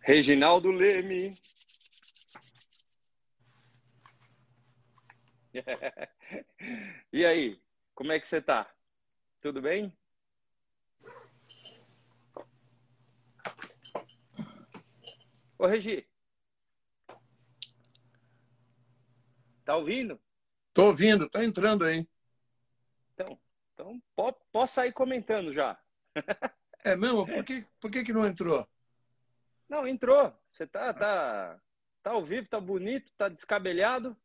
Reginaldo Leme. E aí, como é que você tá? Tudo bem? Ô, Regi, tá ouvindo? Tô ouvindo, tá entrando aí. Então posso sair comentando já. É mesmo? Por que não entrou? Não, entrou. Você tá ao vivo, tá bonito, tá descabelhado.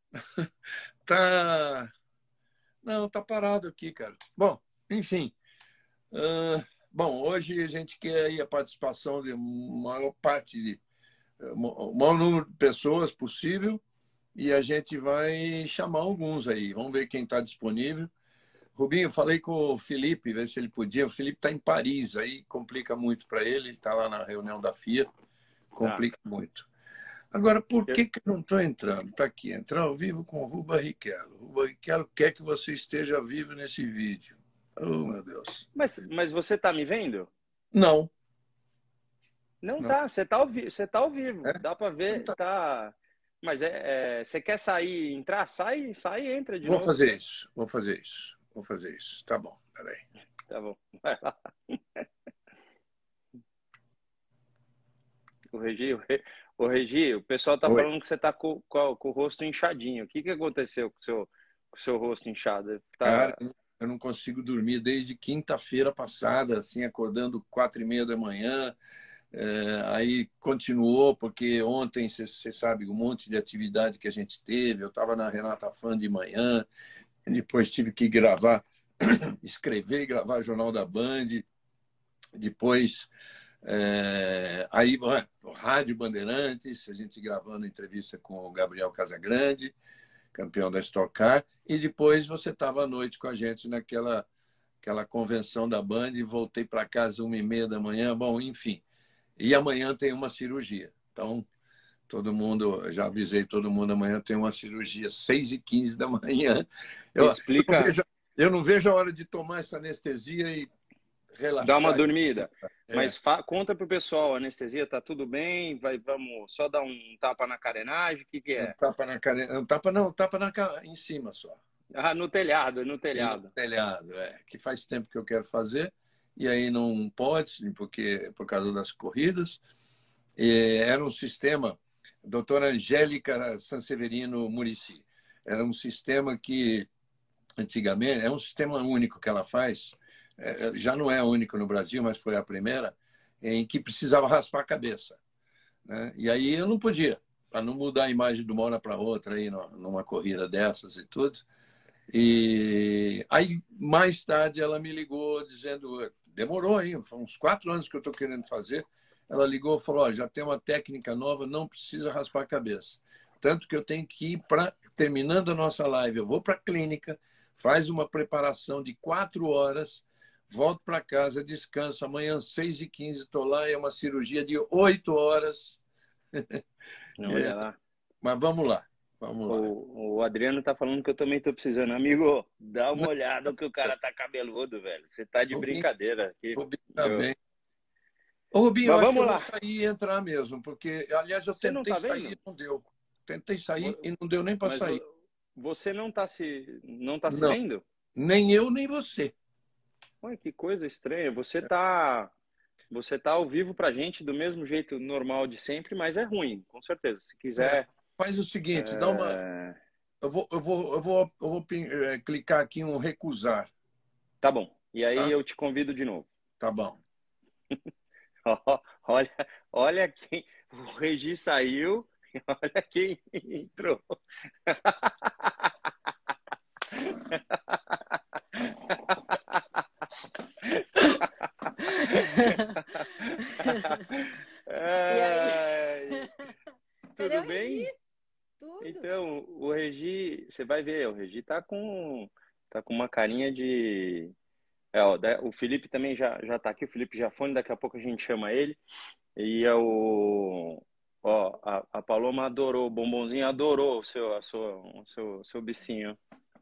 Tá. Não, tá parado aqui, cara. Bom, enfim. Bom, hoje a gente quer aí a participação de maior parte o maior número de pessoas possível e a gente vai chamar alguns aí. Vamos ver quem está disponível. Rubinho, falei com o Felipe, ver se ele podia. O Felipe está em Paris, aí complica muito para ele. Ele está lá na reunião da FIA, Tá. complica muito. Agora, por Eu- que eu não estou entrando? Está aqui, entrar ao vivo com o Ruba Barrichello. O Ruba Barrichello quer que você esteja vivo nesse vídeo. Oh, meu Deus. mas você tá me vendo? Não, Não não. tá, você tá ao vivo. É? Dá para Então ver, tá. tá. Mas você quer sair, entrar? Sai e entra de Vou novo. fazer isso, vou fazer isso, vou fazer isso. Tá bom, peraí. Tá bom. Vai lá. O Regi, o pessoal tá Oi. falando que você tá com o rosto inchadinho. O que aconteceu com o seu rosto inchado? Cara, Tá. eu não consigo dormir desde quinta-feira passada, assim, acordando 4:30 da manhã. Aí continuou, porque ontem, você sabe, um monte de atividade que a gente teve. Eu estava na Renata Fã de manhã, depois tive que gravar, escrever e gravar Jornal da Band. Depois, aí, Rádio Bandeirantes, a gente gravando entrevista com o Gabriel Casagrande, campeão da Stock Car. E depois você estava à noite com a gente aquela convenção da Band, e voltei para casa 1:30 da manhã. Bom, enfim. E amanhã tem uma cirurgia. Então, todo mundo, já avisei todo mundo, amanhã tem uma cirurgia, 6:15 da manhã. Eu, eu, não Explica, vejo, eu não vejo a hora de tomar essa anestesia e dá uma relaxar. dormida. É, Mas conta pro pessoal, a anestesia tá tudo bem? Vamos só dar um tapa na carenagem? O que um é? tapa na cara, um tapa não, um tapa em cima só. Ah, no telhado, no E no telhado. telhado, que faz tempo que eu quero fazer, e aí não pode, porque por causa das corridas. Era um sistema, doutora Angélica Sanseverino Murici, era um sistema que, antigamente, é um sistema único que ela faz, já não é único no Brasil, mas foi a primeira, em que precisava raspar a cabeça. Né? E aí eu não podia, para não mudar a imagem de uma hora para outra aí numa corrida dessas e tudo. E aí, mais tarde, ela me ligou dizendo, demorou aí, foi uns 4 anos que eu estou querendo fazer. Ela ligou e falou, já tem uma técnica nova, não precisa raspar a cabeça. Tanto que eu tenho que ir para, terminando a nossa live, eu vou para a clínica, faz uma preparação de 4 horas, volto para casa, descanso. Amanhã, 6:15, estou lá, é uma cirurgia de 8 horas. Olha lá. Mas vamos lá, vamos lá. O Adriano tá falando que eu também tô precisando. Amigo, dá uma olhada que o cara tá cabeludo, velho. Você tá de Rubinho, brincadeira aqui. Rubinho tá bem. Ô, Rubinho, eu Mas acho que eu vamos vou lá. sair e entrar mesmo, porque, aliás, eu Você não tentei tá sair vendo? e não deu. Tentei sair Vo- e não deu nem para Mas sair. você não tá se Não, vendo? nem eu, nem você. Olha que coisa estranha. Você tá ao vivo pra gente do mesmo jeito normal de sempre, mas é ruim, com certeza. Se É, quiser. faz o seguinte, dá uma. é, Eu vou clicar aqui em um recusar, Tá bom. E aí tá? eu te convido de novo. Tá bom. Olha, olha quem. O Regi saiu. Olha quem entrou. E aí? Ai, Cadê tudo o Regi? bem? Tudo. Então, o Regi, você vai ver, o Regi tá com uma carinha de. Ó, o Felipe também já tá aqui, o Felipe Jafone, daqui a pouco a gente chama ele. E é o. Ó, a Paloma adorou, o Bombonzinho adorou o seu bicinho.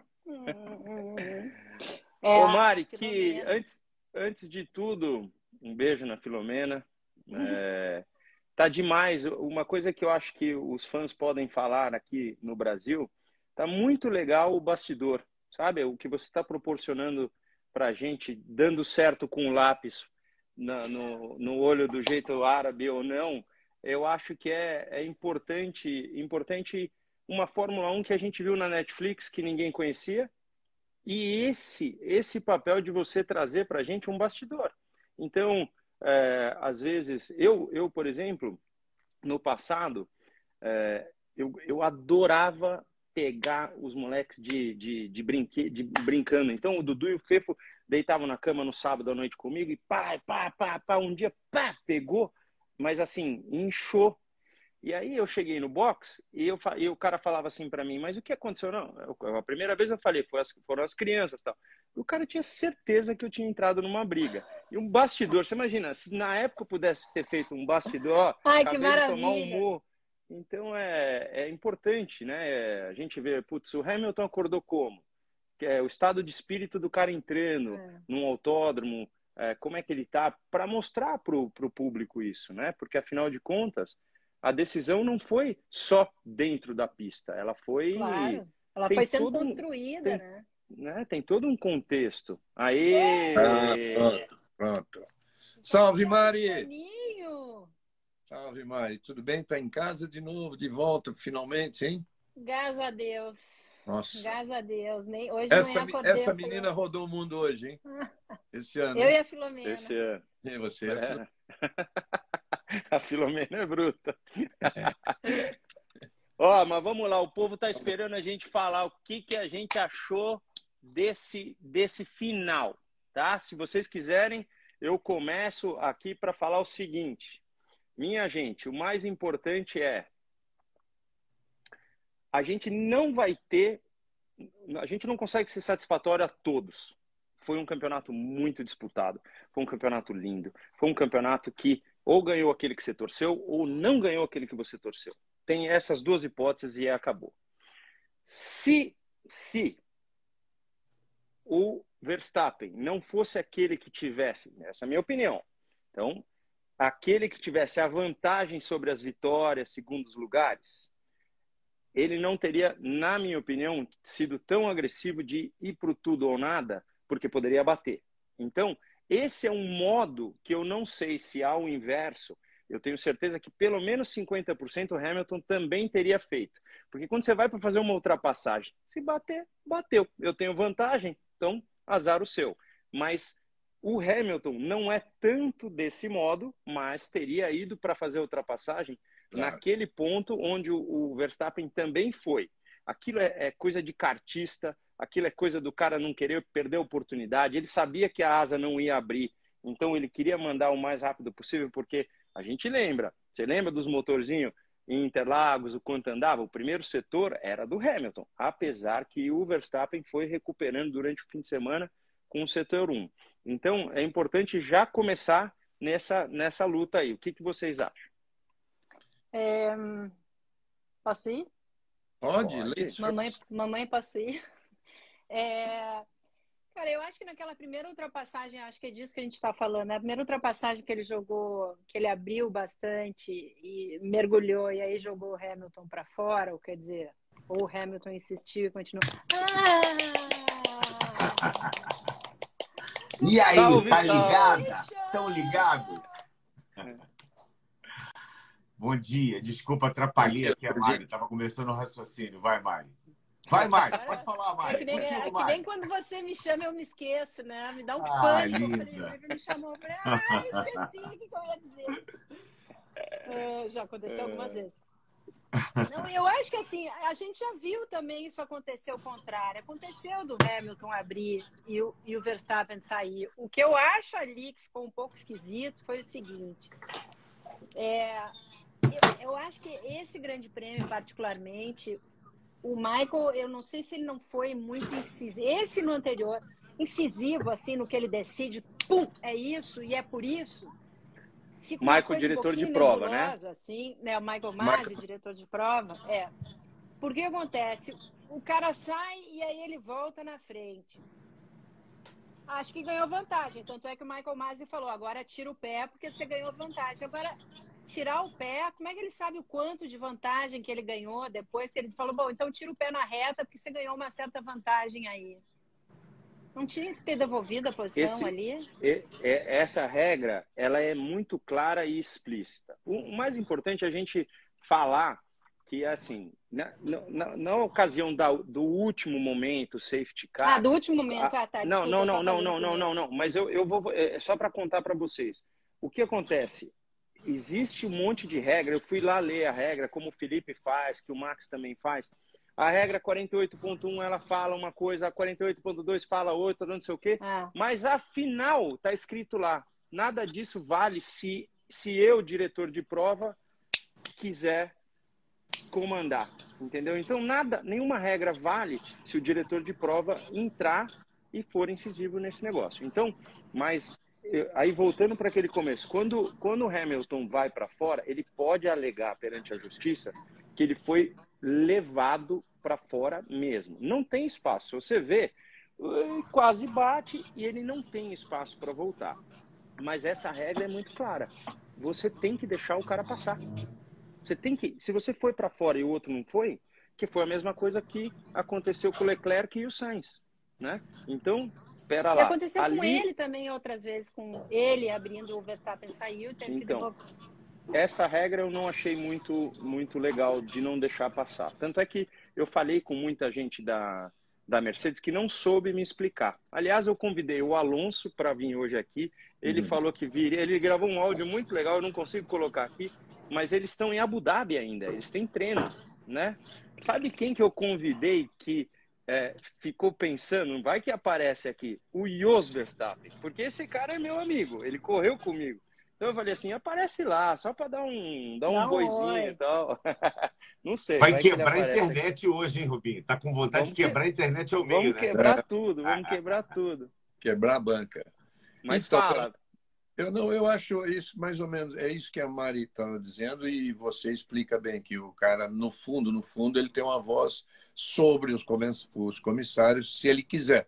É Ô a Mari, que Filomena. antes de tudo, um beijo na Filomena. É, tá demais. Uma coisa que eu acho que os fãs podem falar aqui no Brasil, tá muito legal o bastidor, sabe? O que você está proporcionando para a gente, dando certo com o lápis no olho do jeito árabe ou não, eu acho que é importante uma Fórmula 1 que a gente viu na Netflix, que ninguém conhecia, e esse papel de você trazer para a gente um bastidor. Então, às vezes, por exemplo, no passado, eu adorava pegar os moleques de brincando. Então, o Dudu e o Fefo deitavam na cama no sábado à noite comigo e pá, um dia, pá, pegou, mas assim, inchou. E aí eu cheguei no box e o cara falava assim para mim, mas o que aconteceu? Não, a primeira vez eu falei, foram as crianças e tal. E o cara tinha certeza que eu tinha entrado numa briga. E um bastidor, você imagina, se na época eu pudesse ter feito um bastidor, ó, Ai, que acabei de tomar um maravilha! murro. Então é importante, né? A gente vê, putz, o Hamilton acordou como? Que é o estado de espírito do cara entrando num autódromo, como é que ele tá, para mostrar pro público isso, né? Porque afinal de contas, a decisão não foi só dentro da pista, ela foi. Claro, ela Tem foi sendo todo construída, né? tem todo um contexto. Pronto, pronto. Salve, Mari! Soninho! Salve, Mari. Tudo bem? Tá em casa de novo, de volta, finalmente, hein? Graças a Deus. Nossa. Graças a Deus. Nem, hoje de manhã acordei. Essa menina rodou o mundo hoje, hein? Esse ano. Eu e a Filomena. Esse ano. E você é a Filomena. A Filomena é bruta. Ó, mas vamos lá, o povo tá esperando a gente falar o que a gente achou desse final, tá? Se vocês quiserem, eu começo aqui para falar o seguinte. Minha gente, o mais importante a gente não consegue ser satisfatório a todos. Foi um campeonato muito disputado, foi um campeonato lindo, foi um campeonato que ou ganhou aquele que você torceu ou não ganhou aquele que você torceu. Tem essas duas hipóteses e acabou. Se o Verstappen não fosse aquele que tivesse, essa é a minha opinião, então, aquele que tivesse a vantagem sobre as vitórias, segundos lugares, ele não teria, na minha opinião, sido tão agressivo de ir para o tudo ou nada, porque poderia bater. Então, esse é um modo que eu não sei se ao inverso, eu tenho certeza que pelo menos 50% o Hamilton também teria feito. Porque quando você vai para fazer uma ultrapassagem, se bater, bateu. Eu tenho vantagem, então azar o seu. Mas o Hamilton não é tanto desse modo, mas teria ido para fazer a ultrapassagem naquele ponto onde o Verstappen também foi. Aquilo é coisa de kartista, aquilo é coisa do cara não querer perder a oportunidade. Ele sabia que a asa não ia abrir, então ele queria mandar o mais rápido possível, porque a gente lembra, você lembra dos motorzinhos em Interlagos, o quanto andava? O primeiro setor era do Hamilton, apesar que o Verstappen foi recuperando durante o fim de semana com o setor 1. Então, é importante já começar nessa luta aí. O que vocês acham? Posso ir? Pode. Mamãe, posso ir? Cara, eu acho que naquela primeira ultrapassagem, acho que é disso que a gente está falando, né? A primeira ultrapassagem que ele jogou, que ele abriu bastante e mergulhou, e aí jogou o Hamilton para fora, ou quer dizer, ou o Hamilton insistiu e continuou. E aí, salve, tá ligada? Estão ligados? Bom dia, desculpa, atrapalhei aqui a Mari, estava começando o raciocínio. Vai, Mari. Vai, Mari, pode falar, Mari. É que nem quando você me chama, eu me esqueço, né? Me dá um pânico. Ele me chamou, eu falei, esqueci o que eu ia dizer. Já aconteceu algumas vezes. Não, eu acho que assim, a gente já viu também isso acontecer o contrário. Aconteceu do Hamilton abrir e o Verstappen sair. O que eu acho ali que ficou um pouco esquisito foi o seguinte. Eu acho que esse grande prêmio, particularmente, o Michael, eu não sei se ele não foi muito incisivo. Esse no anterior, incisivo, assim, no que ele decide, pum, é isso e é por isso. Fica Michael, diretor de prova, né? Assim, né? O Michael Masi, diretor de prova. Porque acontece, o cara sai e aí ele volta na frente. Acho que ganhou vantagem. Tanto é que o Michael Masi falou, agora tira o pé porque você ganhou vantagem. Agora, tirar o pé, como é que ele sabe o quanto de vantagem que ele ganhou depois que ele falou, bom, então tira o pé na reta porque você ganhou uma certa vantagem aí. Não tinha que ter devolvido a posição ali? Essa regra, ela é muito clara e explícita. O mais importante é a gente falar que, assim, na ocasião do último momento, safety car... do último momento, tá. Não, desculpa, não. Mas eu vou... É só para contar para vocês. O que acontece? Existe um monte de regra. Eu fui lá ler a regra, como o Felipe faz, que o Max também faz. A regra 48.1, ela fala uma coisa, a 48.2 fala outra, não sei o quê. Mas, afinal, está escrito lá, nada disso vale se eu, diretor de prova, quiser comandar, entendeu? Então, nenhuma regra vale se o diretor de prova entrar e for incisivo nesse negócio. Então, mas... Aí, voltando para aquele começo, quando o Hamilton vai para fora, ele pode alegar perante a justiça que ele foi levado para fora mesmo. Não tem espaço. Você vê, quase bate e ele não tem espaço para voltar. Mas essa regra é muito clara. Você tem que deixar o cara passar. Você tem que, se você foi para fora e o outro não foi, que foi a mesma coisa que aconteceu com o Leclerc e o Sainz, né? Então, pera lá. E aconteceu com ele também outras vezes, com ele abrindo, o Verstappen saiu, teve que devolver. Essa regra eu não achei muito legal de não deixar passar. Tanto é que eu falei com muita gente da Mercedes que não soube me explicar. Aliás, eu convidei o Alonso para vir hoje aqui. Ele falou que viria. Ele gravou um áudio muito legal, eu não consigo colocar aqui, mas eles estão em Abu Dhabi ainda. Eles têm treino, né? Sabe quem que eu convidei que ficou pensando, vai que aparece aqui? O Jos Verstappen. Porque esse cara é meu amigo, ele correu comigo. Então eu falei assim, aparece lá, só para dar um boizinho e tal. Não sei. Vai quebrar a internet hoje, hein, Rubinho? Tá com vontade de quebrar a internet ao meio, né? Quebrar tudo, vamos quebrar tudo. Quebrar a banca. Mas então, fala. Eu acho isso mais ou menos, é isso que a Mari estava dizendo e você explica bem, que o cara, no fundo, ele tem uma voz sobre os comissários, se ele quiser.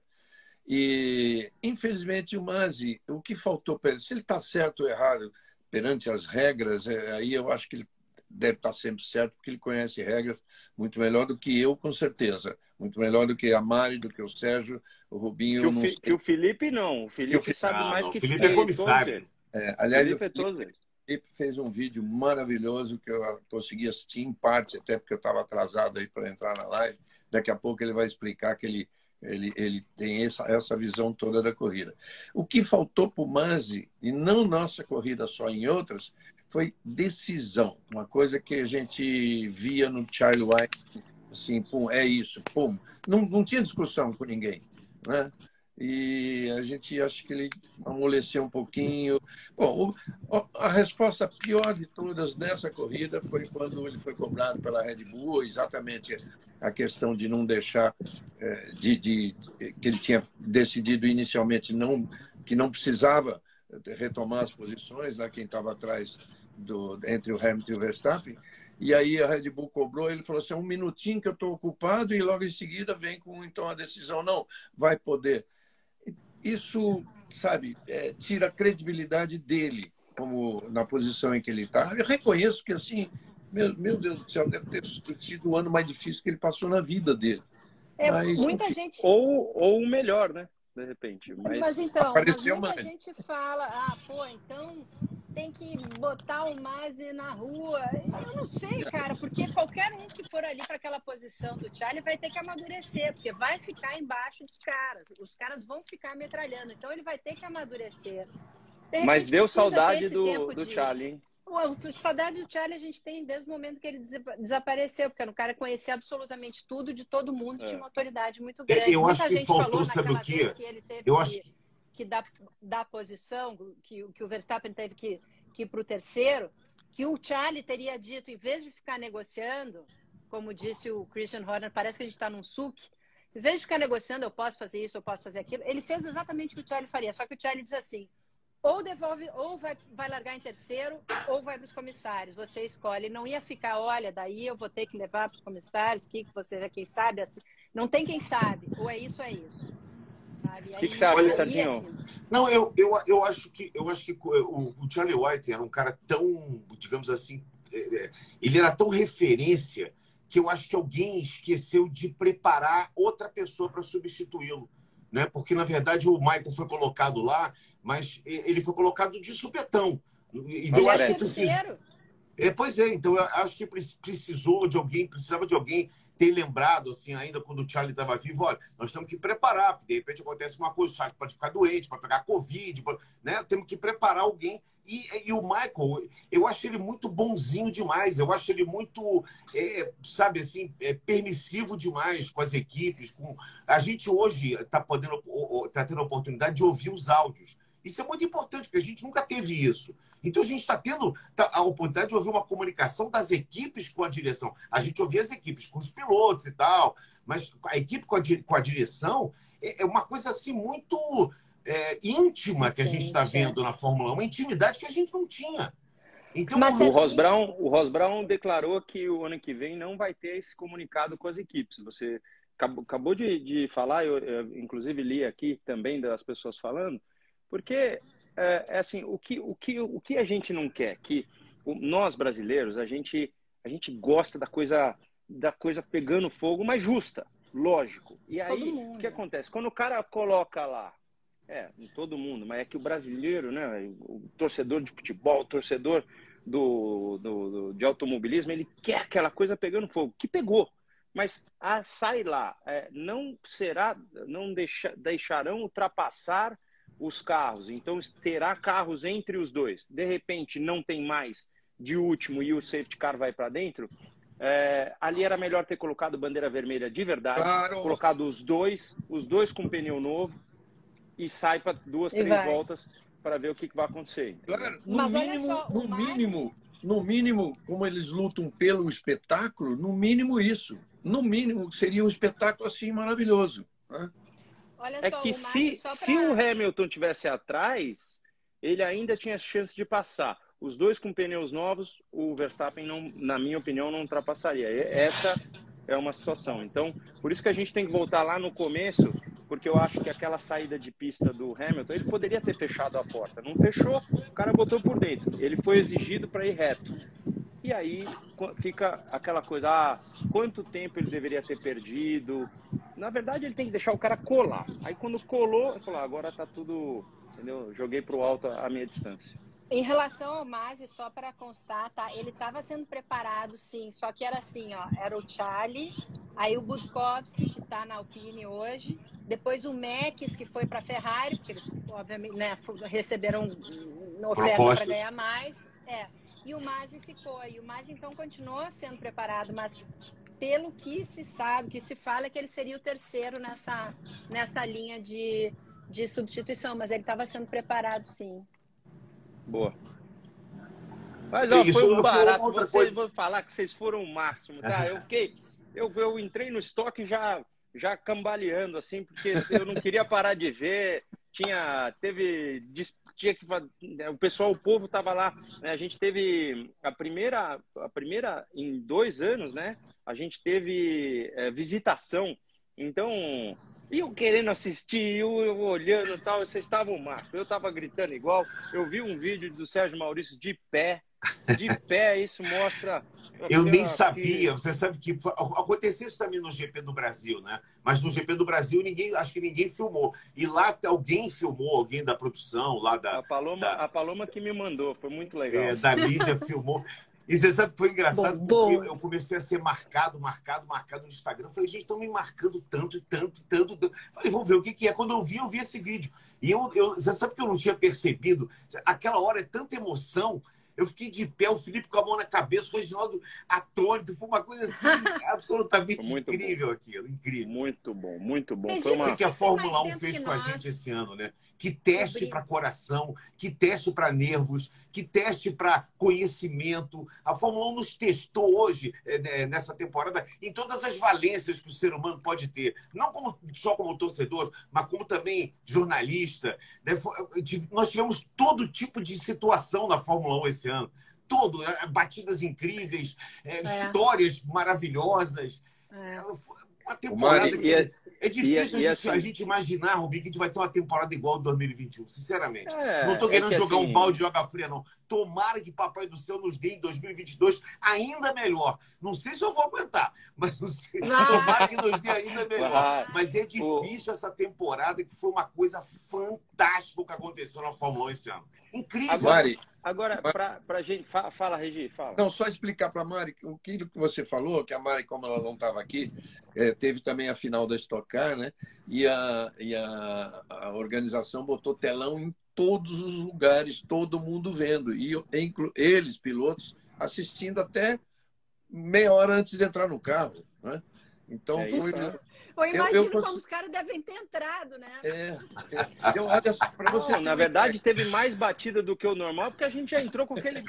E, infelizmente, o Masi, o que faltou para ele, se ele está certo ou errado perante as regras, aí eu acho que ele deve estar sempre certo, porque ele conhece regras muito melhor do que eu, com certeza. Muito melhor do que a Mari, do que o Sérgio, o Rubinho. Que o Felipe não. O Felipe sabe mais que o Felipe é comissário. Aliás, o Felipe fez um vídeo maravilhoso que eu consegui assistir em partes, até porque eu estava atrasado aí para entrar na live. Daqui a pouco ele vai explicar que ele tem essa visão toda da corrida. O que faltou para o Masi, e não nossa corrida só, em outras, foi decisão. Uma coisa que a gente via no Charlie White, assim, pum, é isso, pum. Não tinha discussão com ninguém, né? E a gente acha que ele amoleceu um pouquinho. Bom, a resposta pior de todas nessa corrida foi quando ele foi cobrado pela Red Bull, exatamente a questão de não deixar, que ele tinha decidido inicialmente que não precisava retomar as posições, né, quem estava atrás entre o Hamilton e o Verstappen. E aí a Red Bull cobrou, ele falou assim, um minutinho que eu estou ocupado, e logo em seguida vem com então a decisão, não, vai poder. Isso, sabe, tira a credibilidade dele, como na posição em que ele está. Eu reconheço que, assim, meu Deus do céu, deve ter sido o ano mais difícil que ele passou na vida dele. Mas, muita gente... Ou o melhor, né? De repente. Mas então, muita gente fala, então tem que botar o Masi na rua. Eu não sei, cara, porque qualquer um que for ali para aquela posição do Charlie vai ter que amadurecer, porque vai ficar embaixo dos caras. Os caras vão ficar metralhando, então ele vai ter que amadurecer. Mas deu saudade do Charlie, hein? Saudade do Charlie a gente tem desde o momento que ele desapareceu, porque era um cara que conhecia absolutamente tudo de todo mundo, tinha uma autoridade muito grande. Eu Muita acho que gente faltou, falou sabe o quê? Que ele teve que dar posição, que o Verstappen teve que ir para o terceiro, que o Charlie teria dito, em vez de ficar negociando, como disse o Christian Horner, parece que a gente está num SUC, em vez de ficar negociando, eu posso fazer isso, eu posso fazer aquilo, ele fez exatamente o que o Charlie faria, só que o Charlie diz assim, ou devolve, ou vai largar em terceiro, ou vai para os comissários. Você escolhe. Não ia ficar, olha, daí eu vou ter que levar para os comissários, que você quem sabe, assim. Não tem quem sabe. Ou é isso, ou é isso. sabe? O que você acha, Serginho? Não, eu acho que o Charlie White era um cara tão, digamos assim, ele era tão referência que eu acho que alguém esqueceu de preparar outra pessoa para substituí-lo, né? Porque, na verdade, o Michael foi colocado lá, mas ele foi colocado de supetão. Então, eu acho que terceiro. Pois é, então eu acho que precisava de alguém ter lembrado, assim, ainda quando o Charlie estava vivo, olha, nós temos que preparar, porque de repente acontece uma coisa, o Charlie pode ficar doente, pode pegar Covid, né? Temos que preparar alguém. E o Michael, eu acho ele muito bonzinho demais, eu acho ele muito, sabe assim, permissivo demais com as equipes. A gente hoje está tendo a oportunidade de ouvir os áudios. Isso é muito importante, porque a gente nunca teve isso. Então, a gente está tendo a oportunidade de ouvir uma comunicação das equipes com a direção. A gente ouvia as equipes com os pilotos e tal, mas a equipe com a direção é uma coisa assim muito íntima que a gente está vendo na Fórmula 1, uma intimidade que a gente não tinha. Então, mas o Ross Brown declarou que o ano que vem não vai ter esse comunicado com as equipes. Você acabou de falar, eu inclusive li aqui também das pessoas falando, porque assim, o que a gente não quer? Que nós brasileiros, a gente gosta da coisa pegando fogo, mas justa, lógico. E aí, o que acontece? Quando o cara coloca lá, todo mundo, mas é que o brasileiro, né, o torcedor de futebol, o torcedor de automobilismo, ele quer aquela coisa pegando fogo, que pegou. Mas sai lá, não deixarão ultrapassar os carros, então terá carros entre os dois. De repente não tem mais de último e o safety car vai para dentro. Ali era melhor ter colocado bandeira vermelha de verdade, claro. Colocado os dois com pneu novo e sai para 2, 3 voltas para ver o que vai acontecer. Claro, no mínimo, como eles lutam pelo espetáculo, no mínimo isso. No mínimo seria um espetáculo assim maravilhoso, né? Olha só, que se o Hamilton tivesse atrás, ele ainda tinha chance de passar. Os dois com pneus novos, o Verstappen, não, na minha opinião, não ultrapassaria. Essa é uma situação. Então, por isso que a gente tem que voltar lá no começo, porque eu acho que aquela saída de pista do Hamilton, ele poderia ter fechado a porta. Não fechou, o cara botou por dentro. Ele foi exigido para ir reto. E aí fica aquela coisa, quanto tempo ele deveria ter perdido? Na verdade, ele tem que deixar o cara colar. Aí quando colou, ele falou, agora tá tudo, entendeu? Joguei pro alto a minha distância. Em relação ao Masi, só para constar, tá? Ele estava sendo preparado, sim, só que era assim, ó, era o Charlie, aí o Budkowski, que está na Alpine hoje, depois o Meckes, que foi para a Ferrari, porque eles, obviamente, né, receberam oferta para ganhar mais, e o Masi ficou, e o Masi, então, continuou sendo preparado, mas pelo que se sabe, que se fala, é que ele seria o terceiro nessa linha de substituição, mas ele estava sendo preparado, sim. Boa. Mas ó, foi um barato. Vocês vão falar que vocês foram o máximo, tá? Eu entrei no estoque já cambaleando, assim, porque eu não queria parar de ver. O pessoal, o povo tava lá, né? A gente teve a primeira em 2 anos, né? A gente teve visitação. Então, eu querendo assistir, eu olhando e tal, vocês estavam máximo. Eu estava gritando igual. Eu vi um vídeo do Sérgio Maurício de pé, isso mostra... Eu nem sabia, você sabe que aconteceu isso também no GP do Brasil, né? Mas no GP do Brasil, acho que ninguém filmou. E lá alguém filmou, alguém da produção, lá da... A Paloma que me mandou, foi muito legal. Da mídia filmou. E você sabe que foi engraçado, porque eu comecei a ser marcado no Instagram. Eu falei, gente, estão me marcando tanto. Falei, vou ver o que é. Quando eu vi esse vídeo. E você sabe que eu não tinha percebido? Aquela hora é tanta emoção. Eu fiquei de pé, o Felipe com a mão na cabeça, o Reginaldo atônito. Foi uma coisa assim, absolutamente incrível aquilo. Incrível. Muito bom, muito bom. Foi o que a Fórmula 1 fez com a gente esse ano, né? Que teste para coração, que teste para nervos, que teste para conhecimento. A Fórmula 1 nos testou hoje, nessa temporada, em todas as valências que o ser humano pode ter. Não só como torcedor, mas como também jornalista. Né? Nós tivemos todo tipo de situação na Fórmula 1 esse ano. Batidas incríveis, histórias maravilhosas. Uma temporada É difícil assim, a gente imaginar, Rubinho, que a gente vai ter uma temporada igual a 2021, sinceramente. Não estou é querendo que jogar assim, um balde de água fria, não. Tomara que Papai do Céu nos dê em 2022 ainda melhor. Não sei se eu vou aguentar, mas não sei. Tomara que nos dê ainda melhor. Mas é difícil essa temporada, que foi uma coisa fantástica o que aconteceu na Fórmula 1 esse ano. Incrível. Agora pra gente... Fala, Regi, fala. Não, só explicar para a Mari o que você falou, que a Mari, como ela não estava aqui, teve também a final da Stock Car, né? E a organização botou telão em todos os lugares, todo mundo vendo. E eles, pilotos, assistindo até meia hora antes de entrar no carro, né? Então foi... Eu imagino como os caras devem ter entrado, né? Olha só, para você. Na verdade, teve mais batida do que o normal, porque a gente já entrou com aquele...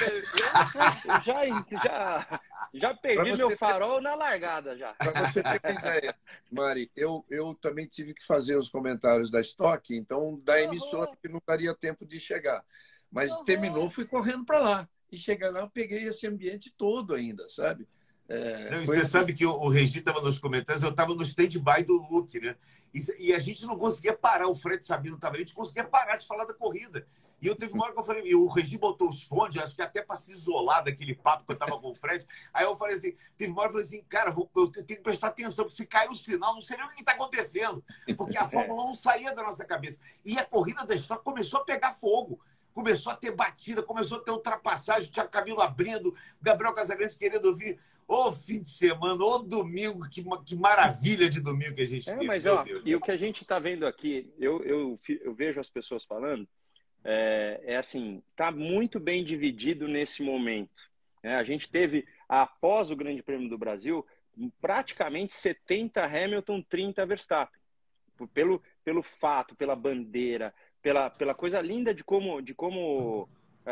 Já perdi meu farol na largada já. Para você ter uma ideia, Mari, eu também tive que fazer os comentários da Stock, então da emissora que não daria tempo de chegar. Mas terminou, fui correndo para lá. E chegar lá, eu peguei esse ambiente todo ainda, sabe? Você sabe que o Regi estava nos comentários, eu estava no stand-by do Luke, né? E a gente não conseguia parar, o Fred Sabino estava ali, a gente conseguia parar de falar da corrida. E eu teve uma hora que eu falei, e o Regi botou os fones, acho que até para se isolar daquele papo que eu estava com o Fred. Aí eu falei assim, teve uma hora que eu falei assim, cara, eu tenho que prestar atenção, porque se cair o sinal, não sei nem o que está acontecendo. Porque a Fórmula 1 não saía da nossa cabeça. E a corrida da Stock começou a pegar fogo. Começou a ter batida, começou a ter ultrapassagem, o Thiago Camilo abrindo, o Gabriel Casagrande querendo ouvir. Ô fim de semana, ô domingo, que maravilha de domingo que a gente teve. Mas, e o que a gente está vendo aqui, eu vejo as pessoas falando, assim, está muito bem dividido nesse momento. A gente teve, após o Grande Prêmio do Brasil, praticamente 70 Hamilton, 30 Verstappen. Pelo fato, pela bandeira, pela coisa linda de como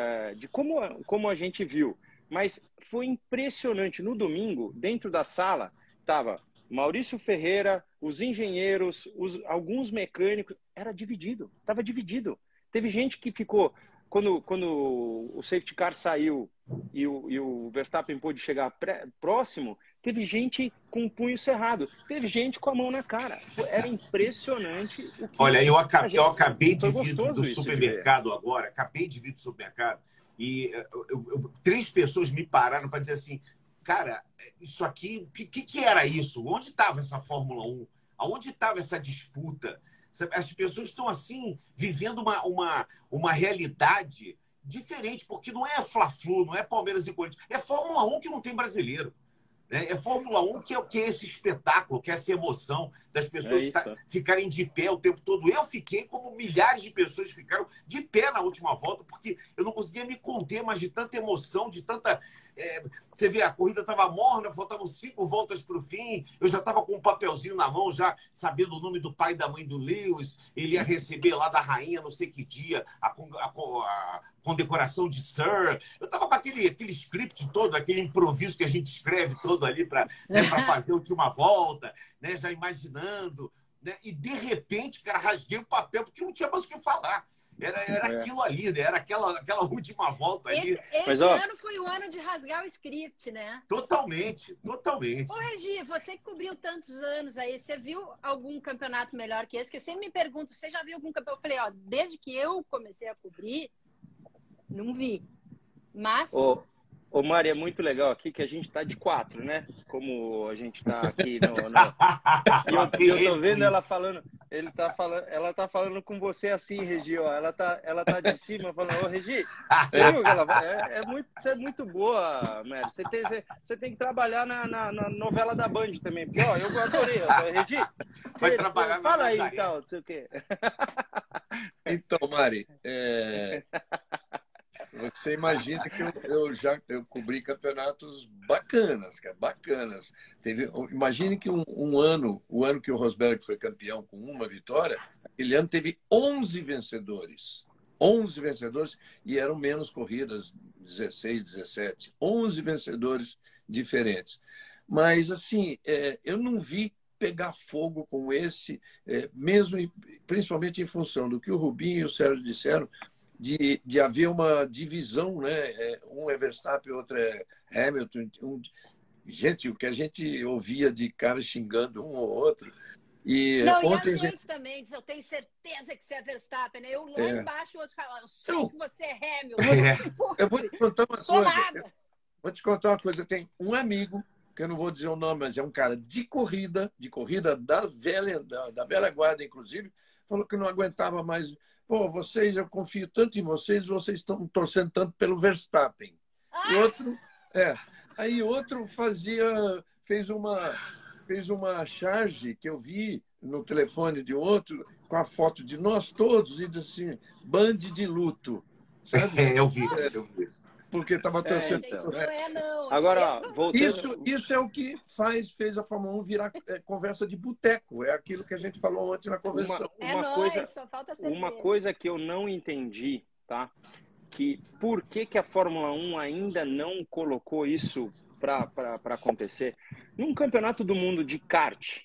a gente viu. Mas foi impressionante. No domingo, dentro da sala, estava Maurício Ferreira, os engenheiros, alguns mecânicos. Era dividido. Estava dividido. Teve gente que ficou... Quando o safety car saiu e o Verstappen pôde chegar próximo, teve gente com o punho cerrado. Teve gente com a mão na cara. Era impressionante. Olha, eu acabei de vir do supermercado agora. Acabei de vir do supermercado. E 3 pessoas me pararam para dizer assim, cara, isso aqui, o que era isso? Onde estava essa Fórmula 1? Aonde estava essa disputa? As pessoas estão assim, vivendo uma realidade diferente, porque não é Fla-Flu, não é Palmeiras e Corinthians, é Fórmula 1 que não tem brasileiro. É Fórmula 1 que é esse espetáculo, que é essa emoção das pessoas ficarem de pé o tempo todo. Eu fiquei como milhares de pessoas ficaram de pé na última volta, porque eu não conseguia me conter mais de tanta emoção, de tanta... você vê, a corrida estava morna, faltavam 5 voltas para o fim, eu já estava com um papelzinho na mão, já sabendo o nome do pai e da mãe do Lewis, ele ia receber lá da rainha, não sei que dia, a condecoração de Sir. Eu estava com aquele script todo, aquele improviso que a gente escreve todo ali para fazer a última volta, né, já imaginando. Né, e, de repente, cara, rasguei o papel porque não tinha mais o que falar. Era aquilo ali, né? Era aquela última volta ali. Esse ano foi o ano de rasgar o script, né? Totalmente. Ô, Regi, você que cobriu tantos anos aí, você viu algum campeonato melhor que esse? Que eu sempre me pergunto, você já viu algum campeonato? Eu falei, desde que eu comecei a cobrir, não vi. Mas... Ô, Mari, é muito legal aqui que a gente tá de 4, né? Como a gente tá aqui E eu tô vendo ela falando, ela tá falando com você assim, Regi, ó. Ela tá de cima falando, ô, Regi, você viu que ela você é muito boa, Mari. Você tem que trabalhar na novela da Band também. Porque, eu adorei, Regi. Vai trabalhar fala aí, então, não sei o quê. Então, Mari, você imagina que eu cobri campeonatos bacanas, cara, bacanas. Imagine que o ano que o Rosberg foi campeão com uma vitória, aquele ano teve 11 vencedores. 11 vencedores e eram menos corridas, 16, 17. 11 vencedores diferentes. Mas, assim, eu não vi pegar fogo com esse, mesmo, principalmente em função do que o Rubinho e o Sérgio disseram, de haver uma divisão, né? Um é Verstappen, outro é Hamilton. Gente, o que a gente ouvia de caras xingando um ou outro, E Não, e a ontem gente também diz, eu tenho certeza que você é Verstappen, né? Eu lá embaixo, o outro fala, eu sei que você é Hamilton. Eu vou te contar uma Sou coisa. nada. Vou te contar uma coisa. Tem um amigo, que eu não vou dizer o nome, mas é um cara de corrida da velha guarda, inclusive, falou que não aguentava mais. Pô, vocês, eu confio tanto em vocês, vocês estão torcendo tanto pelo Verstappen. E outro, aí outro fez uma charge que eu vi no telefone de outro, com a foto de nós todos, e disse assim, band de luto. Sabe? Eu vi isso. Porque estava torcendo. Gente, não. Agora, voltando... Isso é o que fez a Fórmula 1 virar conversa de boteco. É aquilo que a gente falou ontem na convenção. Uma coisa que eu não entendi, tá? Por que a Fórmula 1 ainda não colocou isso para acontecer? Num campeonato do mundo de kart,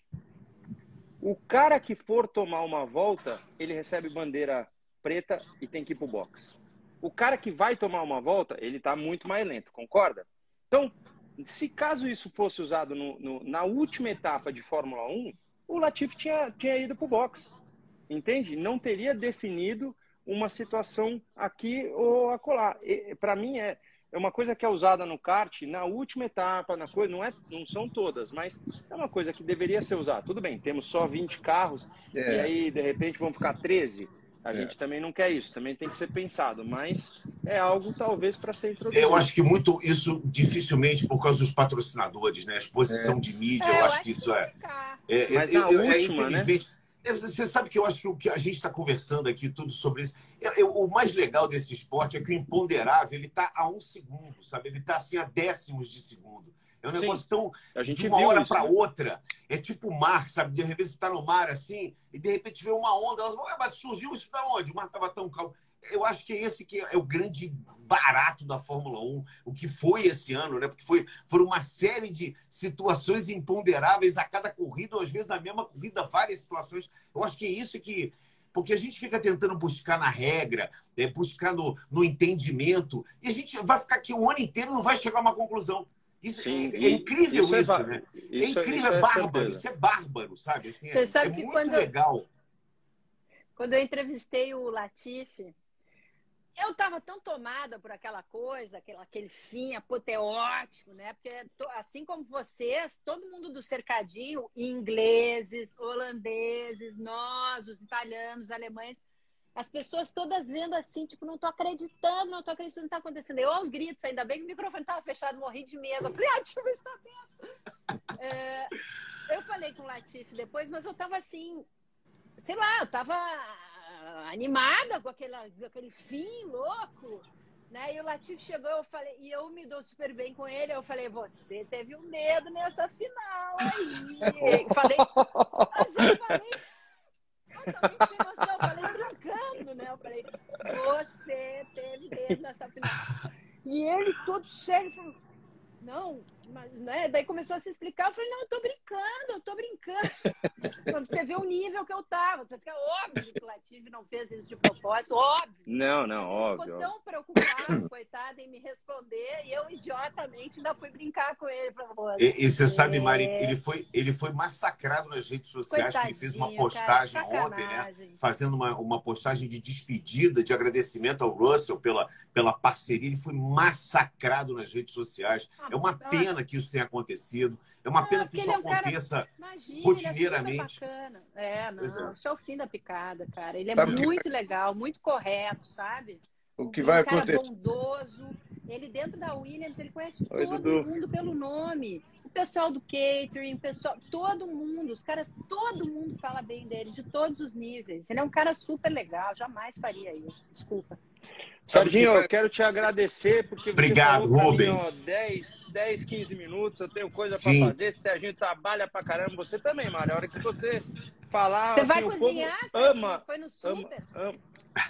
o cara que for tomar uma volta, ele recebe bandeira preta e tem que ir pro box. O cara que vai tomar uma volta, ele está muito mais lento, concorda? Então, se caso isso fosse usado na última etapa de Fórmula 1, o Latifi tinha ido para o box, entende? Não teria definido uma situação aqui ou acolá. Para mim, é uma coisa que é usada no kart, na última etapa, não são todas, mas é uma coisa que deveria ser usada. Tudo bem, temos só 20 carros, e aí, de repente, vão ficar 13. A gente também não quer isso, também tem que ser pensado, mas é algo talvez para ser introduzido. Eu acho que muito isso dificilmente por causa dos patrocinadores, né? A exposição de mídia, eu acho que isso Mas na última, infelizmente, né? Você sabe que eu acho que o que a gente está conversando aqui tudo sobre isso. O mais legal desse esporte é que o imponderável ele está a 1 segundo, sabe? Ele está assim a décimos de segundo. É um negócio tão de uma hora para outra. É tipo o mar, sabe? De repente você está no mar assim, e de repente vê uma onda. Mas surgiu isso para onde? O mar estava tão calmo. Eu acho que esse que é o grande barato da Fórmula 1, o que foi esse ano, né? Porque foram uma série de situações imponderáveis a cada corrida, ou às vezes na mesma corrida, várias situações. Eu acho que é isso que. Porque a gente fica tentando buscar na regra, buscar no entendimento, e a gente vai ficar aqui o ano inteiro e não vai chegar a uma conclusão. Isso, é incrível isso, né? É incrível, é bárbaro. Isso é bárbaro, sabe? Assim, Você sabe que muito legal. Quando eu entrevistei o Latifi, eu estava tão tomada por aquela coisa, aquele fim apoteótico, né? Porque, assim como vocês, todo mundo do cercadinho, ingleses, holandeses, nós, os italianos, os alemães, as pessoas todas vendo assim, tipo, não tô acreditando no que tá acontecendo. Eu aos gritos, ainda bem que o microfone tava fechado, morri de medo. Eu falei, deixa eu ver se tá vendo. Eu falei com o Latifi depois, mas eu tava assim, sei lá, eu tava animada com aquele fim louco, né? E o Latifi chegou, eu falei, e eu me dou super bem com ele, eu falei, você teve um dedo nessa final aí. Mas eu falei... totalmente sem noção, eu falei brincando, né? Eu falei, você teve dedo nessa final. E ele todo sério, falou, não, mas, né? Daí começou a se explicar, eu falei, não, eu tô brincando. Quando você vê o nível que eu tava, você fica óbvio que o Latifi não fez isso de propósito, óbvio. Não, mas óbvio. Ele ficou tão preocupado, coitado, em me responder, e eu, idiotamente, ainda fui brincar com ele. E você sabe, Mari, ele foi massacrado nas redes sociais, que ele fez uma postagem ontem, né? Fazendo uma postagem de despedida, de agradecimento ao Russell pela parceria. Ele foi massacrado nas redes sociais. É uma pena que isso tenha acontecido. É uma pena que isso aconteça rotineiramente. Isso é o fim da picada, cara. Ele é muito legal, muito correto, sabe? O que vai acontecer? Um cara bondoso. Ele, dentro da Williams, ele conhece todo mundo pelo nome. O pessoal do catering, todo mundo. Os caras, todo mundo fala bem dele, de todos os níveis. Ele é um cara super legal, jamais faria isso. Desculpa. Serginho, eu quero te agradecer, porque obrigado, você falou Rubens. Mim, 10, 15 minutos, eu tenho coisa para fazer. Serginho trabalha pra caramba, você também, Mário. A hora que você falar... Você assim, vai o cozinhar, povo ama. Foi no super? Ama.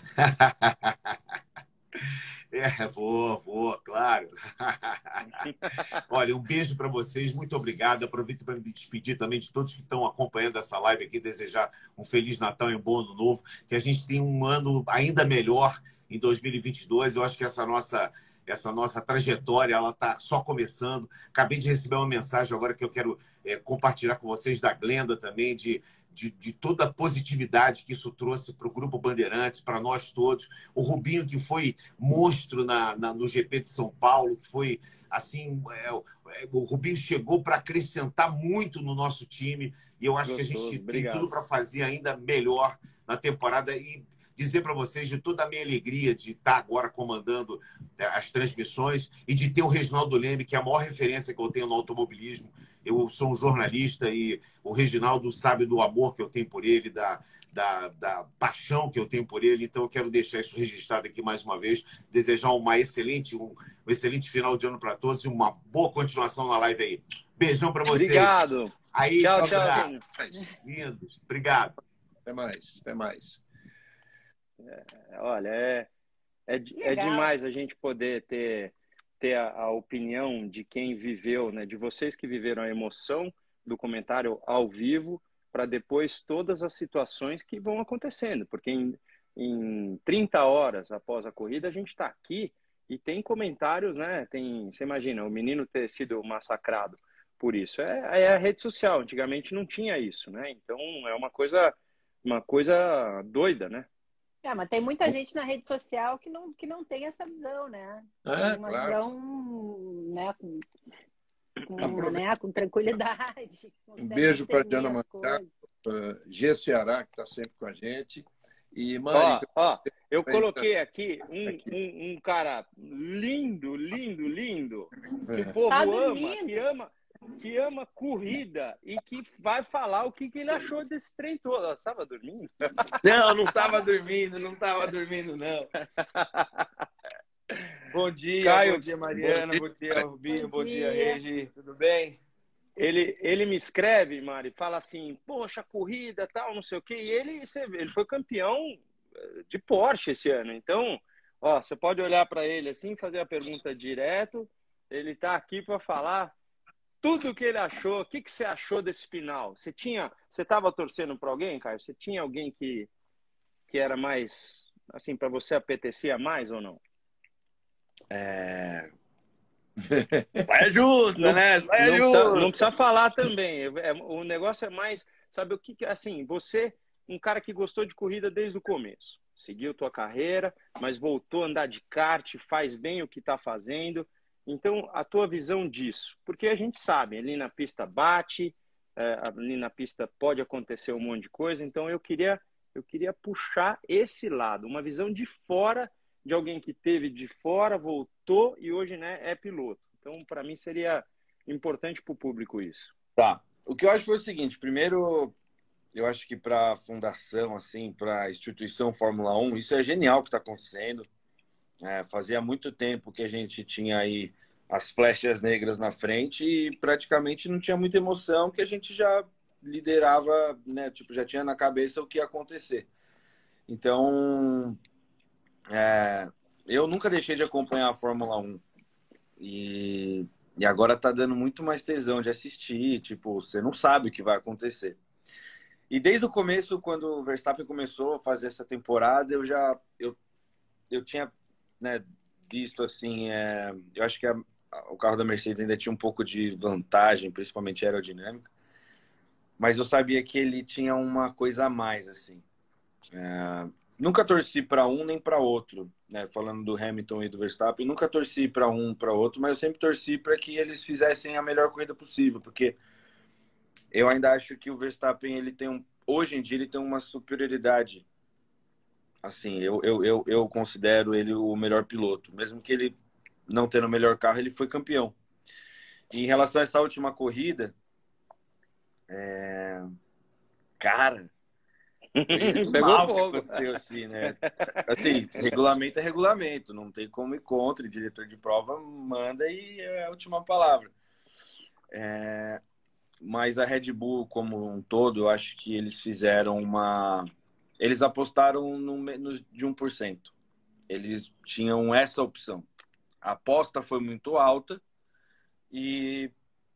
Vou, claro. Olha, um beijo para vocês, muito obrigado. Aproveito para me despedir também de todos que estão acompanhando essa live aqui, desejar um Feliz Natal e um bom Ano Novo, que a gente tenha um ano ainda melhor em 2022. Eu acho que essa nossa trajetória ela está só começando. Acabei de receber uma mensagem agora que eu quero compartilhar com vocês da Glenda também, de toda a positividade que isso trouxe para o Grupo Bandeirantes, para nós todos. O Rubinho, que foi monstro no GP de São Paulo, que foi assim, o Rubinho chegou para acrescentar muito no nosso time, e eu acho que a gente tem tudo para fazer ainda melhor na temporada. E dizer para vocês de toda a minha alegria de estar agora comandando as transmissões e de ter o Reginaldo Leme, que é a maior referência que eu tenho no automobilismo. Eu sou um jornalista e o Reginaldo sabe do amor que eu tenho por ele, da paixão que eu tenho por ele. Então, eu quero deixar isso registrado aqui mais uma vez. Desejar um excelente final de ano para todos e uma boa continuação na live aí. Beijão para vocês. Obrigado. Aí, tchau, tchau. Lindos. Obrigado. Até mais. Até mais. Olha, é demais a gente poder ter a opinião de quem viveu, né? De vocês que viveram a emoção do comentário ao vivo, para depois todas as situações que vão acontecendo, porque em 30 horas após a corrida a gente está aqui e tem comentários, né? Você imagina, o menino ter sido massacrado por isso. É a rede social, antigamente não tinha isso, né? Então é uma coisa doida, né? Mas tem muita gente na rede social que não tem essa visão, né? Tem uma visão, né, com tranquilidade. Um beijo para a Diana Machado, G. Ceará, que está sempre com a gente. E, Mari, eu coloquei aqui um cara lindo, lindo, lindo, que o povo que ama corrida e que vai falar o que ele achou desse trem todo. Você estava dormindo? Não estava dormindo, não. Bom dia, Caio, bom dia, Mariana, bom dia, Rubinho, bom dia, Regi, tudo bem? Ele me escreve, Mari, fala assim, poxa, corrida, tal, não sei o quê, e ele foi campeão de Porsche esse ano. Então, você pode olhar para ele assim, fazer a pergunta direto, ele está aqui para falar tudo o que ele achou. O que você achou desse final? Você estava torcendo para alguém, Caio? Você tinha alguém que era mais, assim, para você apetecia mais ou não? É justo, né? Não precisa falar também. O negócio é mais, sabe o que, assim, você, um cara que gostou de corrida desde o começo, seguiu tua carreira, mas voltou a andar de kart, faz bem o que está fazendo. Então, a tua visão disso, porque a gente sabe, ali na pista bate, ali na pista pode acontecer um monte de coisa, então eu queria puxar esse lado, uma visão de fora, de alguém que teve de fora, voltou e hoje, né, é piloto. Então, para mim, seria importante para o público isso. Tá. O que eu acho foi o seguinte, primeiro, eu acho que para a fundação, assim, para a instituição Fórmula 1, isso é genial o que está acontecendo. Fazia muito tempo que a gente tinha aí as flechas negras na frente e praticamente não tinha muita emoção, que a gente já liderava, né? Tipo, já tinha na cabeça o que ia acontecer. Então, eu nunca deixei de acompanhar a Fórmula 1 e agora tá dando muito mais tesão de assistir, tipo, você não sabe o que vai acontecer. E desde o começo, quando o Verstappen começou a fazer essa temporada, eu tinha, né, visto assim, eu acho que o carro da Mercedes ainda tinha um pouco de vantagem, principalmente aerodinâmica, mas eu sabia que ele tinha uma coisa a mais, assim. Nunca torci para um nem para outro, né? Falando do Hamilton e do Verstappen, nunca torci para um para outro, mas eu sempre torci para que eles fizessem a melhor corrida possível, porque eu ainda acho que o Verstappen, hoje em dia ele tem uma superioridade. Assim, eu considero ele o melhor piloto. Mesmo que ele não tendo o melhor carro, ele foi campeão. E em relação a essa última corrida, cara, pegou fogo. Aconteceu assim, né? Assim, regulamento é regulamento, não tem como ir contra. O diretor de prova manda e é a última palavra. Mas a Red Bull, como um todo, eu acho que eles fizeram eles apostaram no de 1%. Eles tinham essa opção. A aposta foi muito alta e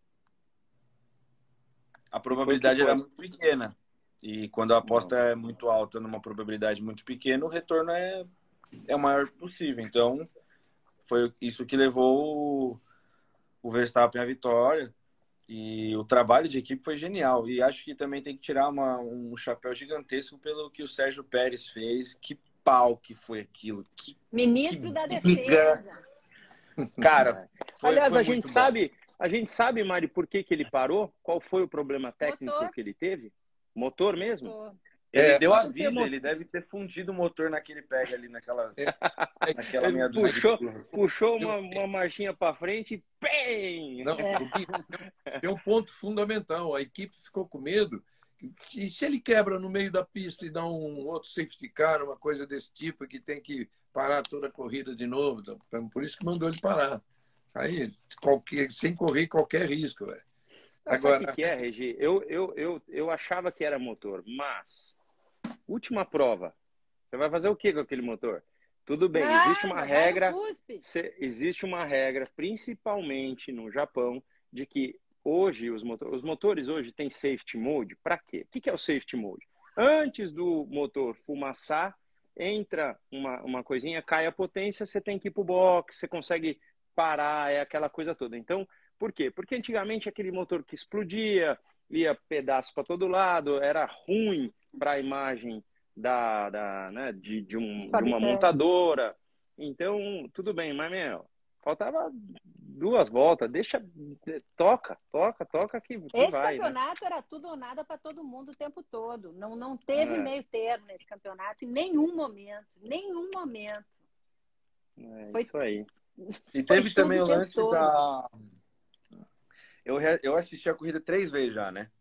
a probabilidade era muito pequena. E quando a aposta é muito alta numa probabilidade muito pequena, o retorno é o maior possível. Então, foi isso que levou o Verstappen à vitória. E o trabalho de equipe foi genial. E acho que também tem que tirar um chapéu gigantesco pelo que o Sérgio Pérez fez. Que pau que foi aquilo. Ministro da Defesa. Cara, aliás, foi a gente muito bom. sabe, Mari, por que ele parou? Qual foi o problema técnico Motor. que ele teve? Motor mesmo? Motor. Ele deu a porque vida, ele deve ter fundido o motor naquele pega ali, naquela meia Ele dúzia. puxou uma marchinha para frente e pem! Não, tem um ponto fundamental. A equipe ficou com medo que se ele quebra no meio da pista e dá um outro safety car, uma coisa desse tipo, que tem que parar toda a corrida de novo. Então, por isso que mandou ele parar. Aí, sem correr qualquer risco, velho. Agora, sabe o que é, Regi? Eu achava que era motor, mas última prova. Você vai fazer o que com aquele motor? Tudo bem, existe uma regra. Existe uma regra, principalmente no Japão, de que hoje os motores hoje têm safety mode. Para quê? O que é o safety mode? Antes do motor fumaçar, entra uma coisinha, cai a potência, você tem que ir para o box, você consegue parar, é aquela coisa toda. Então, por quê? Porque antigamente aquele motor que explodia, ia pedaço para todo lado, era ruim para a imagem né, de uma montadora. Então, tudo bem, mas, faltava 2 voltas, toca que esse vai. Esse campeonato, né? Era tudo ou nada para todo mundo o tempo todo. Não teve meio termo nesse campeonato em nenhum momento. Foi isso aí. E teve também o lance da... Eu assisti a corrida 3 vezes já, né?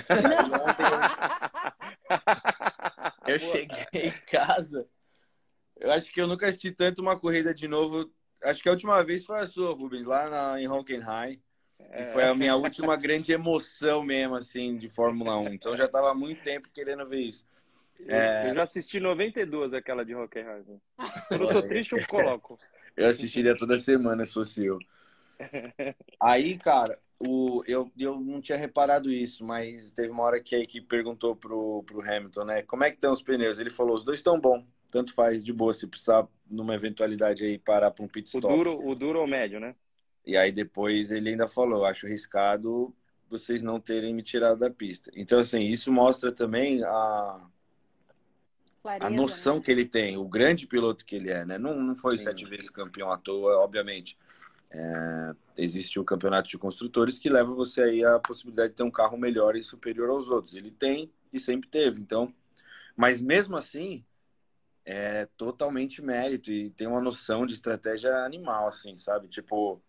Eu cheguei em casa. Eu acho que eu nunca assisti tanto uma corrida de novo. Acho que a última vez foi a sua, Rubens, lá em Hockenheim. E foi a minha última grande emoção mesmo, assim, de Fórmula 1. Então já estava há muito tempo querendo ver isso. Eu já assisti 92 aquela de Hockenheim. Quando eu tô triste, eu coloco. Eu assistiria toda semana, se fosse eu. Aí, cara, eu não tinha reparado isso, mas teve uma hora que a equipe perguntou pro Hamilton, né? Como é que estão os pneus? Ele falou, os dois estão bons. Tanto faz, de boa, se precisar, numa eventualidade aí, parar para um pit stop. O duro ou médio, né? E aí depois ele ainda falou, acho arriscado vocês não terem me tirado da pista. Então, assim, isso mostra também a noção, né, que ele tem, o grande piloto que ele é, né? Não foi 7 vezes campeão à toa, obviamente. Existe o campeonato de construtores que leva você aí a possibilidade de ter um carro melhor e superior aos outros. Ele tem e sempre teve, então... Mas mesmo assim, é totalmente mérito e tem uma noção de estratégia animal, assim, sabe? Tipo...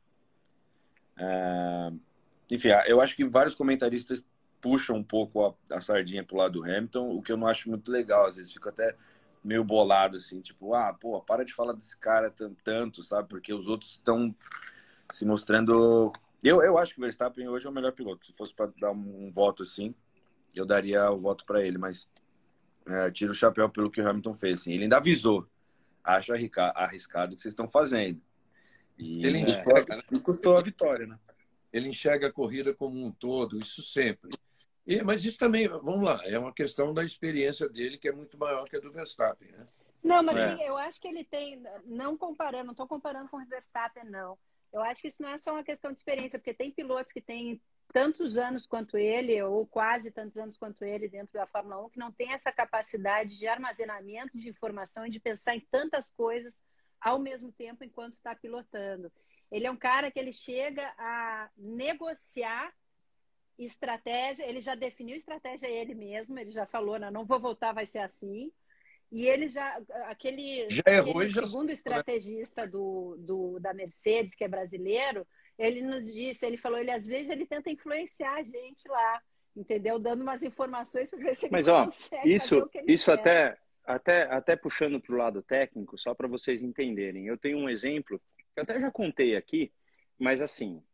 Enfim, eu acho que vários comentaristas puxam um pouco a sardinha pro lado do Hamilton, o que eu não acho muito legal. Às vezes fico até meio bolado, assim, tipo, para de falar desse cara tanto, sabe? Porque os outros estão se mostrando... Eu acho que o Verstappen hoje é o melhor piloto. Se fosse para dar um voto assim, eu daria o voto para ele, mas tiro o chapéu pelo que o Hamilton fez. Assim. Ele ainda avisou. Acho arriscado o que vocês estão fazendo. E ele custou a vitória, né? Ele enxerga a corrida como um todo, isso sempre. Mas isso também, vamos lá, é uma questão da experiência dele, que é muito maior que a do Verstappen, né? Não, mas eu acho que ele tem, não estou comparando com o Verstappen, não. Eu acho que isso não é só uma questão de experiência, porque tem pilotos que têm tantos anos quanto ele, ou quase tantos anos quanto ele dentro da Fórmula 1, que não tem essa capacidade de armazenamento de informação e de pensar em tantas coisas ao mesmo tempo enquanto está pilotando. Ele é um cara que ele chega a negociar estratégia, ele já definiu estratégia ele mesmo, ele já falou, não vou voltar, vai ser assim. E ele aquele segundo estrategista da Mercedes, que é brasileiro, ele nos disse, ele falou, às vezes ele tenta influenciar a gente lá, entendeu? Dando umas informações para ver se ele consegue fazer o que ele quer. Até puxando para o lado técnico, só para vocês entenderem. Eu tenho um exemplo, que eu até já contei aqui, mas assim,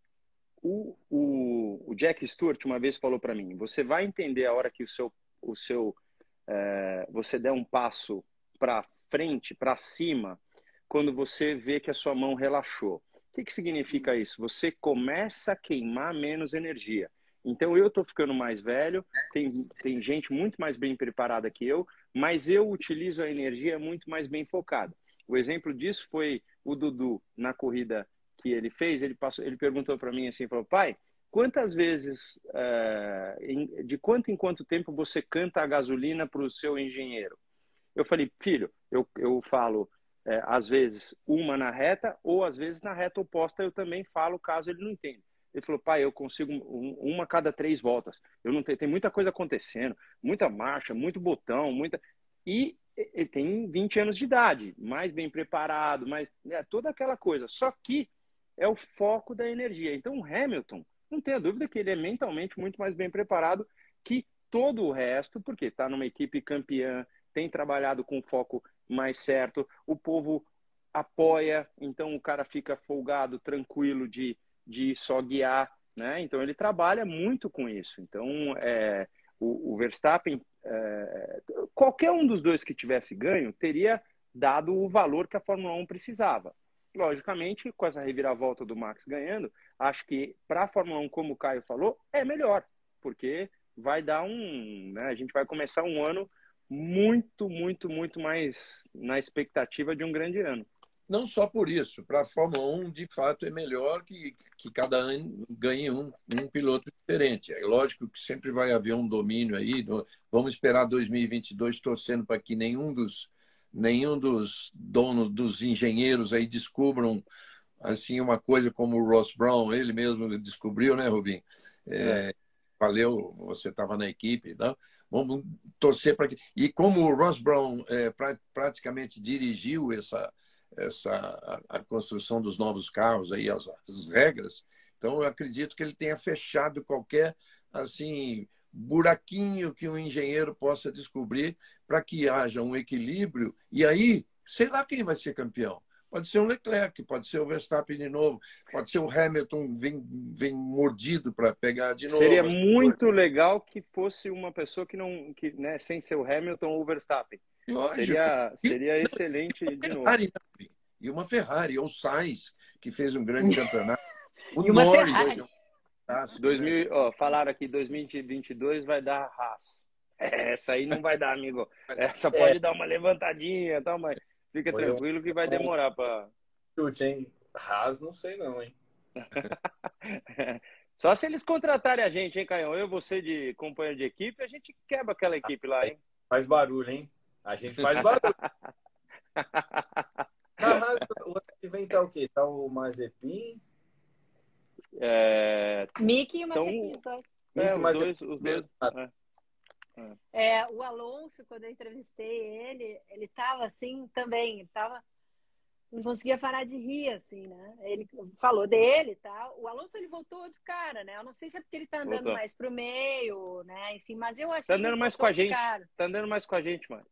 o Jack Stewart uma vez falou para mim, você vai entender a hora que você der um passo para frente, para cima, quando você vê que a sua mão relaxou. O que significa isso? Você começa a queimar menos energia. Então, eu estou ficando mais velho, tem gente muito mais bem preparada que eu, mas eu utilizo a energia muito mais bem focada. O exemplo disso foi o Dudu, na corrida que ele fez, ele perguntou para mim assim, falou, pai, quantas vezes, de quanto em quanto tempo você canta a gasolina para o seu engenheiro? Eu falei, filho, eu falo às vezes uma na reta ou às vezes na reta oposta eu também falo caso ele não entenda. Ele falou, pai, eu consigo uma a cada 3 voltas. Eu não tenho, tem muita coisa acontecendo, muita marcha, muito botão, muita... E ele tem 20 anos de idade, mais bem preparado, mais toda aquela coisa. Só que é o foco da energia. Então o Hamilton, não tenha dúvida que ele é mentalmente muito mais bem preparado que todo o resto, porque está numa equipe campeã, tem trabalhado com foco mais certo, o povo apoia, então o cara fica folgado, tranquilo de só guiar, né? Então ele trabalha muito com isso. Então o Verstappen, qualquer um dos dois que tivesse ganho, teria dado o valor que a Fórmula 1 precisava. Logicamente, com essa reviravolta do Max ganhando, acho que para a Fórmula 1, como o Caio falou, é melhor, porque vai dar né, a gente vai começar um ano muito, muito, muito mais na expectativa de um grande ano. Não só por isso, para a Fórmula 1, de fato, é melhor que cada ano ganhe um piloto diferente. É lógico que sempre vai haver um domínio aí. Vamos esperar 2022 torcendo para que nenhum dos donos, dos engenheiros aí descubram assim uma coisa como o Ross Brown, ele mesmo descobriu, né, Rubinho? Valeu, você estava na equipe, não? Vamos torcer para que... E como o Ross Brown praticamente dirigiu a construção dos novos carros, aí, as regras, então eu acredito que ele tenha fechado qualquer assim, buraquinho que um engenheiro possa descobrir para que haja um equilíbrio. E aí, sei lá quem vai ser campeão. Pode ser o Leclerc, pode ser o Verstappen de novo, pode ser o Hamilton vem mordido para pegar de novo. Seria muito legal que fosse uma pessoa né, sem ser o Hamilton ou o Verstappen. Lógico. Seria excelente de novo. E uma Ferrari, ou o Sainz, que fez um grande campeonato. O e uma Norris, Ferrari. Falaram aqui 2022 vai dar Haas. Essa aí não vai dar, amigo. Essa pode dar uma levantadinha, tá, mas fica tranquilo que vai demorar para... Chute, hein? Haas, não sei não, hein? Só se eles contratarem a gente, hein, Caião? Eu e você de companheiro de equipe, a gente quebra aquela equipe lá, hein? Faz barulho, hein? A gente faz barulho. Na Haas, o ano que vem tá o quê? Tá o Mazepin? Mickey e o Mazepin, os dois. Os dois. O Alonso, quando eu entrevistei ele estava assim também, não conseguia parar de rir, assim, né? Ele falou dele e tal. O Alonso, ele voltou outro cara, né? Eu não sei se é porque ele tá andando mais pro meio, né? Enfim, mas eu achei tá andando mais com a gente. Cara. Tá andando mais com a gente, mano.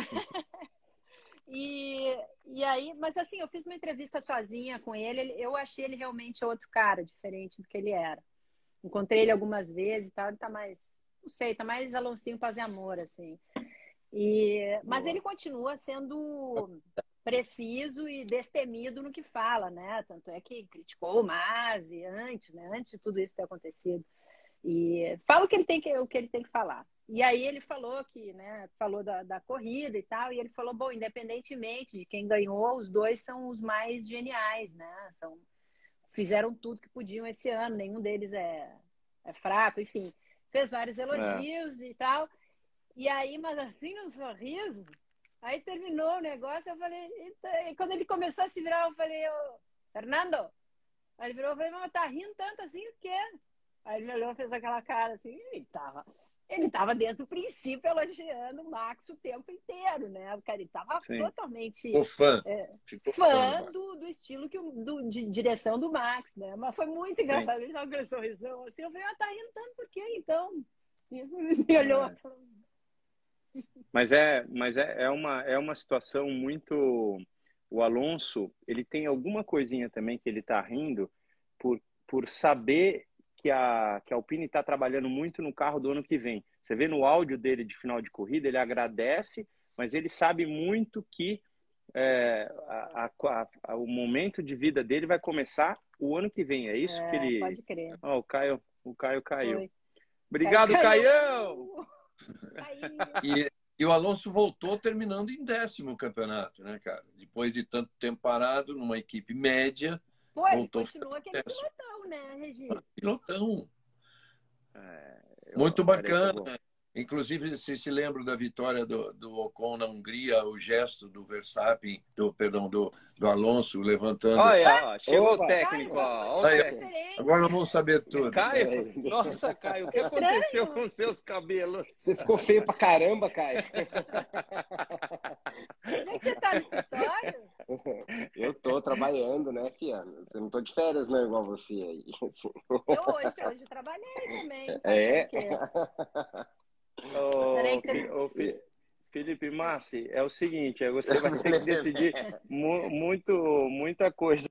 E aí, mas assim, eu fiz uma entrevista sozinha com ele, eu achei ele realmente outro cara, diferente do que ele era. Encontrei ele algumas vezes e tal, ele tá mais, não sei, tá mais Alonsinho paz e amor, assim. Mas ele continua sendo preciso e destemido no que fala, né? Tanto é que criticou o Masi antes, né? Antes de tudo isso ter acontecido. E fala o que ele tem que falar. E aí ele falou falou da corrida e tal, e ele falou, bom, independentemente de quem ganhou, os dois são os mais geniais, né? Fizeram tudo que podiam esse ano, nenhum deles é fraco, enfim. Fez vários elogios e tal. E aí, mas assim, um sorriso. Aí terminou o negócio, eu falei... E quando ele começou a se virar, eu falei, Fernando! Aí ele virou e falei, mas tá rindo tanto assim, o quê? Aí ele me olhou e fez aquela cara assim, ele tava desde o princípio elogiando o Max o tempo inteiro, né? O cara, ele tava totalmente... Ficou fã. Fã do estilo de direção do Max, né? Mas foi muito engraçado, ele tava com aquele sorrisão assim, eu falei, tá rindo tanto por quê, então? E ele me olhou e falou... Mas é uma situação muito... O Alonso, ele tem alguma coisinha também que ele tá rindo por saber que a Alpine está trabalhando muito no carro do ano que vem. Você vê no áudio dele de final de corrida, ele agradece, mas ele sabe muito que o momento de vida dele vai começar o ano que vem. É isso que ele... Pode crer. O Caio caiu. Foi. Obrigado, Caião! E o Alonso voltou terminando em 10º campeonato, né, cara? Depois de tanto tempo parado, numa equipe média, Pô, ele Voltou a continua aquele sucesso. pilotão, né, Regi? Pilotão. É, Muito peraí que eu bacana. vou. Inclusive, se lembra da vitória do Ocon na Hungria, o gesto do Verstappen, do Alonso levantando. Olha, ó, chegou o Opa! Caio, técnico, como ó, você ó o tá Aí, técnico. agora diferente? nós vamos saber tudo. Caio, Peraí. nossa, Caio, o que Estranho. aconteceu com seus cabelos? Você ficou feio pra caramba, Caio. Onde é que você tá no escritório? Eu tô trabalhando, né, fia? Eu não tô de férias, não, igual você aí. Hoje eu trabalhei também. Tá É? achando o quê? Peraí Ô, que tem... Felipe Massi, é o seguinte, você vai ter que decidir muita coisa.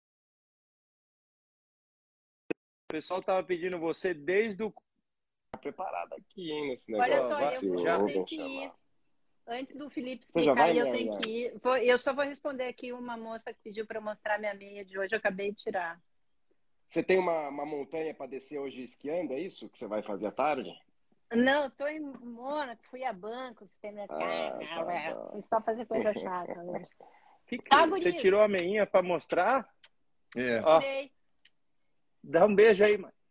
O pessoal tava pedindo você desde o... Tá preparado aqui, hein, nesse Olha negócio. só, se eu o já- tenho Rubens que ir. chamar. Antes do Felipe Você já explicar, vai, eu né, tenho Ian? que ir. Eu só vou responder aqui uma moça que pediu para mostrar minha meia de hoje. Eu acabei de tirar. Você tem uma montanha para descer hoje esquiando, é isso que você vai fazer à tarde? Não, eu tô em Mônaco, fui a banco, supermercado. Ah, tá bom. Fui só fazer coisa chata hoje. Que Tá, você guris? tirou a meinha para mostrar? É. Ó, Tirei. dá um beijo aí, mano.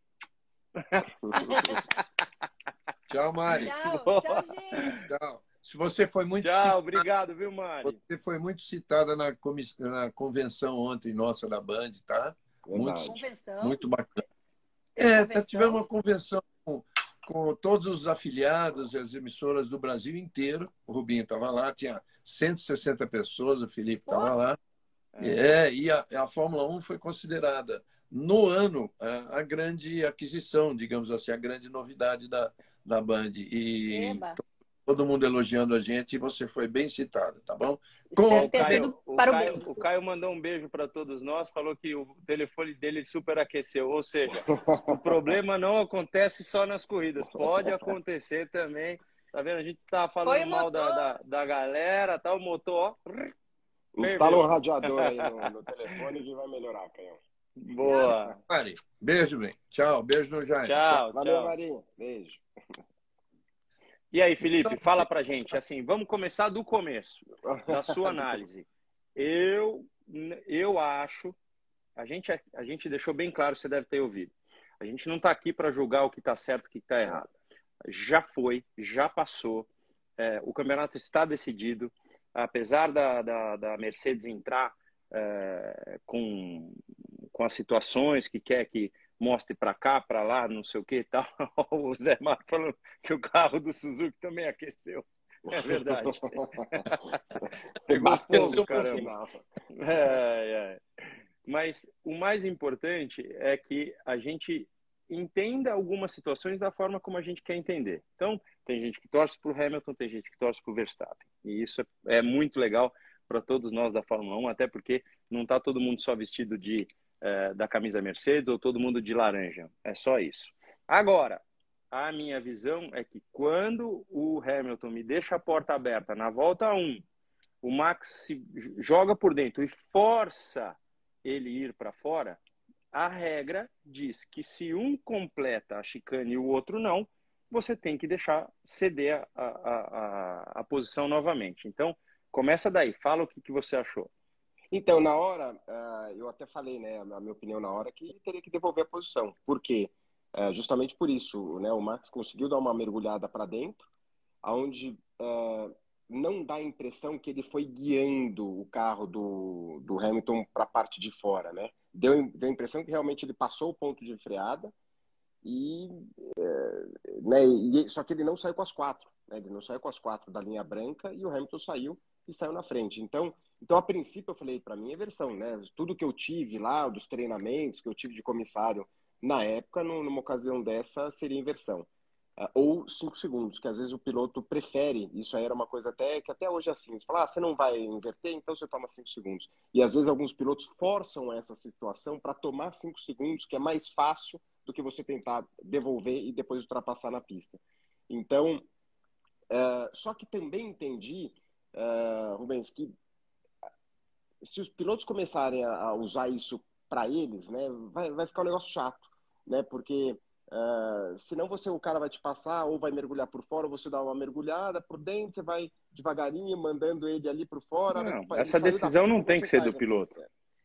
Tchau, Mari. Tchau, gente. Tchau. Se você foi muito Tchau, obrigado, viu, Mari? Você foi muito citada na convenção ontem nossa da Band, tá? Verdade. Convenção. Muito bacana. Tem Tivemos convenção? uma convenção com todos os afiliados e as emissoras do Brasil inteiro. O Rubinho estava lá, tinha 160 pessoas, o Felipe estava lá. E a Fórmula 1 foi considerada, no ano, a grande aquisição, digamos assim, a grande novidade da Band. E Eba. todo mundo elogiando a gente e você foi bem citada, tá bom? Espero O ter Caio, sido para o bem. O Caio mandou um beijo para todos nós, falou que o telefone dele superaqueceu, ou seja, o problema não acontece só nas corridas, pode acontecer também. Tá vendo? A gente tá Foi falando o mal motor. da galera, tá? O motor, ó. Instala Ferveu. um radiador aí no telefone que vai melhorar, Caio. Boa. Mari, beijo, bem. Tchau, beijo no Jaime. Tchau, Valeu, tchau. Marinho. Beijo. E aí, Felipe, fala pra gente, assim, vamos começar do começo, da sua análise. Eu acho, a gente deixou bem claro, você deve ter ouvido, a gente não está aqui para julgar o que está certo e o que está errado. Já foi, já passou, o campeonato está decidido, apesar da Mercedes entrar com as situações que quer que mostre para cá, para lá, não sei o que e tal. O Zé Marco falando que o carro do Suzuki também aqueceu. É verdade. Pegou fogo, caramba. Mas o mais importante é que a gente entenda algumas situações da forma como a gente quer entender. Então, tem gente que torce para o Hamilton, tem gente que torce para o Verstappen. E isso é muito legal para todos nós da Fórmula 1, até porque não está todo mundo só vestido da camisa Mercedes ou todo mundo de laranja. É só isso. Agora, a minha visão é que quando o Hamilton me deixa a porta aberta na volta 1, o Max se joga por dentro e força ele ir para fora, a regra diz que se um completa a chicane e o outro não, você tem que deixar ceder a posição novamente. Então, começa daí. Fala o que você achou. Então, na hora, eu até falei, né, a minha opinião na hora, que teria que devolver a posição. Por quê? Justamente por isso, né, o Max conseguiu dar uma mergulhada para dentro, onde não dá a impressão que ele foi guiando o carro do Hamilton para a parte de fora, né? Deu a impressão que realmente ele passou o ponto de freada só que ele não saiu com as quatro, né? Ele não saiu com as quatro da linha branca e o Hamilton saiu na frente. Então a princípio eu falei, para mim é versão, né? Tudo que eu tive lá, dos treinamentos que eu tive de comissário na época, numa ocasião dessa, seria inversão. Ou 5 segundos, que às vezes o piloto prefere, isso aí era uma coisa que até hoje é assim, você fala, você não vai inverter, então você toma 5 segundos. E às vezes alguns pilotos forçam essa situação para tomar 5 segundos, que é mais fácil do que você tentar devolver e depois ultrapassar na pista. Então, só que também entendi, Rubens, que se os pilotos começarem a usar isso para eles, né, vai ficar um negócio chato, né, porque senão o cara vai te passar ou vai mergulhar por fora, ou você dá uma mergulhada por dentro, você vai devagarinho mandando ele ali por fora. Não, essa decisão não tem que ser do piloto.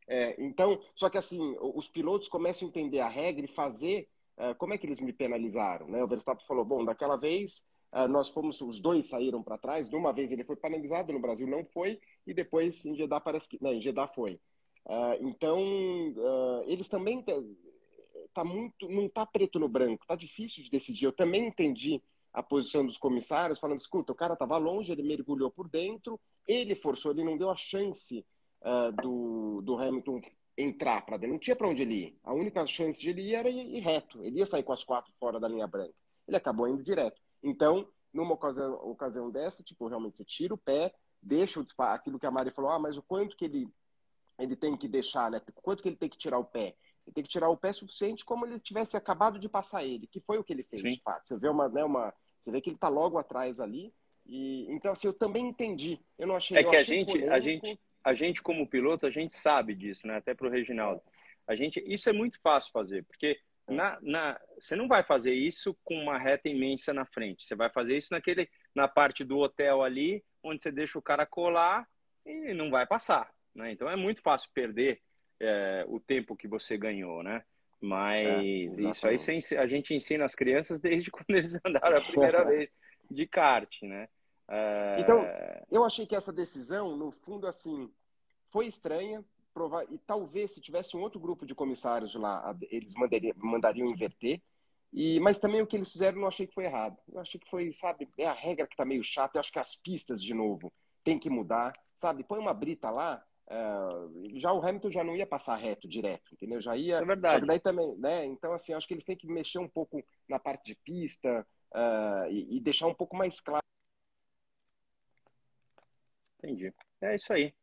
Então, só que assim, os pilotos começam a entender a regra e fazer como é que eles me penalizaram, né? O Verstappen falou, bom, daquela vez nós fomos, os dois saíram para trás, de uma vez ele foi penalizado, no Brasil não foi, e depois em Jeddah parece que, não, em Jeddah foi. Então, eles também tá muito, não tá preto no branco, tá difícil de decidir. Eu também entendi a posição dos comissários, falando, escuta, o cara estava longe, ele mergulhou por dentro, ele forçou, ele não deu a chance do Hamilton entrar para dentro. Não tinha para onde ele ir. A única chance de ele ir era ir reto. Ele ia sair com as 4 fora da linha branca. Ele acabou indo direto. Então, numa ocasião dessa, tipo, realmente você tira o pé, deixa o disparo, aquilo que a Mari falou, mas o quanto que ele tem que deixar, né? Quanto que ele tem que tirar o pé? Ele tem que tirar o pé suficiente como ele tivesse acabado de passar ele, que foi o que ele fez, Sim. de fato. Você vê você vê que ele está logo atrás ali. E então, assim, eu também entendi. Eu não achei. A gente como piloto, a gente sabe disso, né? Até para o Reginaldo. Isso é muito fácil fazer, porque você não vai fazer isso com uma reta imensa na frente. Você vai fazer isso na parte do hotel ali, onde você deixa o cara colar e não vai passar, né? Então é muito fácil perder o tempo que você ganhou, né? Mas isso aí a gente ensina as crianças desde quando eles andaram a primeira vez de kart, né? Então, eu achei que essa decisão, no fundo, assim, foi estranha. E talvez, se tivesse um outro grupo de comissários lá, eles mandariam inverter. Mas também o que eles fizeram, eu não achei que foi errado. Eu achei que foi, sabe, é a regra que tá meio chata. Eu acho que as pistas, de novo, tem que mudar, sabe? Põe uma brita lá, já o Hamilton já não ia passar reto, direto, entendeu? Já ia... É verdade. Só que daí também, né? Então, assim, acho que eles têm que mexer um pouco na parte de pista e deixar um pouco mais claro. Entendi. É isso aí.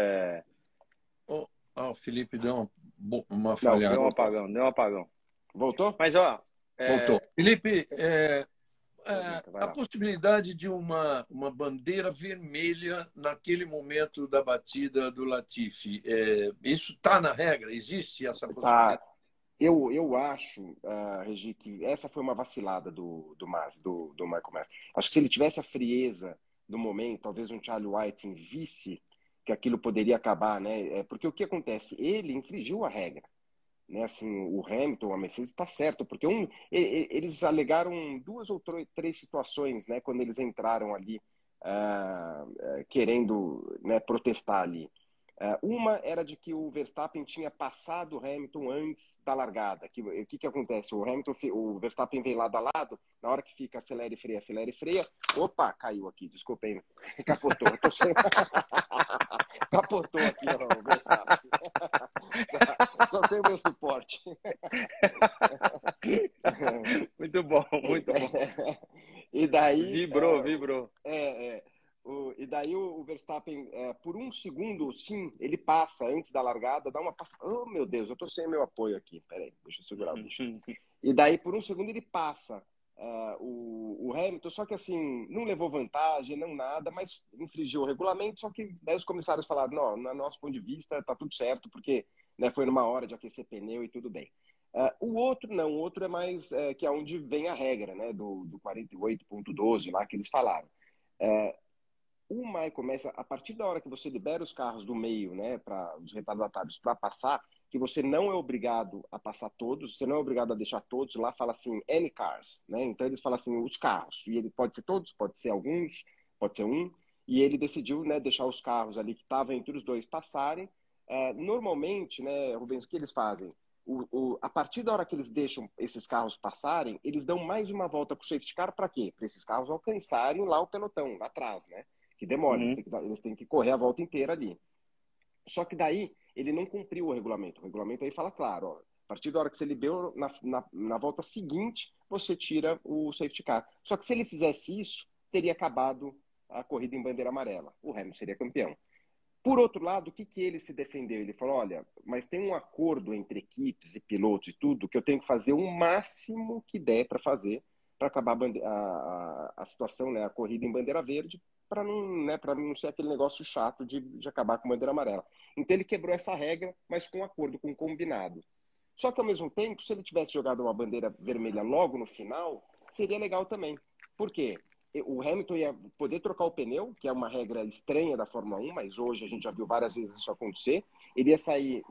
O Felipe deu uma falhada. Deu um apagão. Voltou? Mas, ó... Voltou. Felipe, vai a lá. possibilidade de uma bandeira vermelha naquele momento da batida do Latifi, isso está na regra? Existe essa possibilidade? Tá. Eu acho, Regi, que essa foi uma vacilada do Michael Masi. Acho que se ele tivesse a frieza do momento, talvez um Charlie Whiting visse que aquilo poderia acabar, né? Porque o que acontece? Ele infringiu a regra, né? Assim, o Hamilton, a Mercedes está certo, porque eles alegaram 2 ou 3 situações, né? Quando eles entraram ali querendo, né, protestar ali. Uma era de que o Verstappen tinha passado o Hamilton antes da largada. O que acontece? O Verstappen vem lado a lado, na hora que fica acelera e freia. Opa, caiu aqui, desculpem. Capotou. Capotou aqui, o Verstappen. Tô sem o meu suporte. Muito bom, muito bom. E daí... Vibrou. E daí o Verstappen, por um segundo, sim, ele passa antes da largada, dá uma passada. Oh, meu Deus, eu tô sem meu apoio aqui. Peraí, deixa eu segurar o bicho. E daí, por um segundo, ele passa o Hamilton, só que assim, não levou vantagem, não nada, mas infringiu o regulamento, só que daí os comissários falaram, não, no nosso ponto de vista, tá tudo certo, porque, né, foi numa hora de aquecer pneu e tudo bem. O outro não, o outro é mais, que é onde vem a regra, né, do 48.12 lá que eles falaram. O Michael Masi, a partir da hora que você libera os carros do meio, né, para os retardatários para passar, que você não é obrigado a passar todos, você não é obrigado a deixar todos, lá fala assim, any cars, né? Então eles falam assim, os carros, e ele pode ser todos, pode ser alguns, pode ser um, e ele decidiu, né, deixar os carros ali que estavam entre os dois passarem. Normalmente, né, Rubens, o que eles fazem? A partir da hora que eles deixam esses carros passarem, eles dão mais uma volta com o safety car para quê? Para esses carros alcançarem lá o pelotão, lá atrás, né? Que demora, eles têm que correr a volta inteira ali. Só que daí ele não cumpriu o regulamento. O regulamento aí fala claro, ó, a partir da hora que você liberou, na volta seguinte, você tira o safety car. Só que se ele fizesse isso, teria acabado a corrida em bandeira amarela. O Hamilton seria campeão. Por outro lado, o que ele se defendeu? Ele falou, olha, mas tem um acordo entre equipes e pilotos e tudo, que eu tenho que fazer o máximo que der para fazer, para acabar a situação, né, a corrida em bandeira verde, para não ser aquele negócio chato de acabar com bandeira amarela. Então ele quebrou essa regra, mas com um acordo, com um combinado. Só que ao mesmo tempo, se ele tivesse jogado uma bandeira vermelha logo no final, seria legal também. Por quê? o Hamilton ia poder trocar o pneu, que é uma regra estranha da Fórmula 1, mas hoje a gente já viu várias vezes isso acontecer. Ele ia sair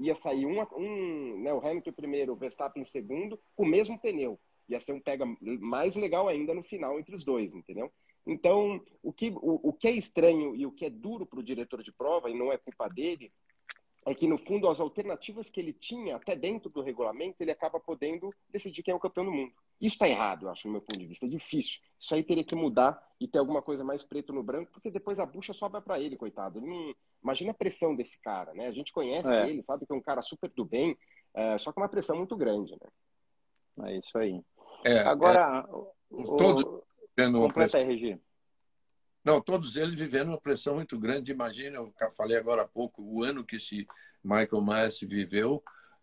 né, o Hamilton primeiro, o Verstappen em segundo, com o mesmo pneu. Ia ser um pega mais legal ainda no final entre os dois, entendeu? Então, o que é estranho e o que é duro para o diretor de prova, e não é culpa dele, é que, no fundo, as alternativas que ele tinha, até dentro do regulamento, ele acaba podendo decidir quem é o campeão do mundo. Isso está errado, eu acho, do meu ponto de vista. É difícil. Isso aí teria que mudar e ter alguma coisa mais preto no branco, porque depois a bucha sobra para ele, coitado. Ele não... Imagina a pressão desse cara, né? A gente conhece ele, sabe que é um cara super do bem, só que é uma pressão muito grande, né? É isso aí. É, Agora, todos vivendo uma completa pressão. aí, Regi. Não, todos eles vivendo uma pressão muito grande. Imagina, eu falei agora há pouco, o ano que esse Michael Masi viveu.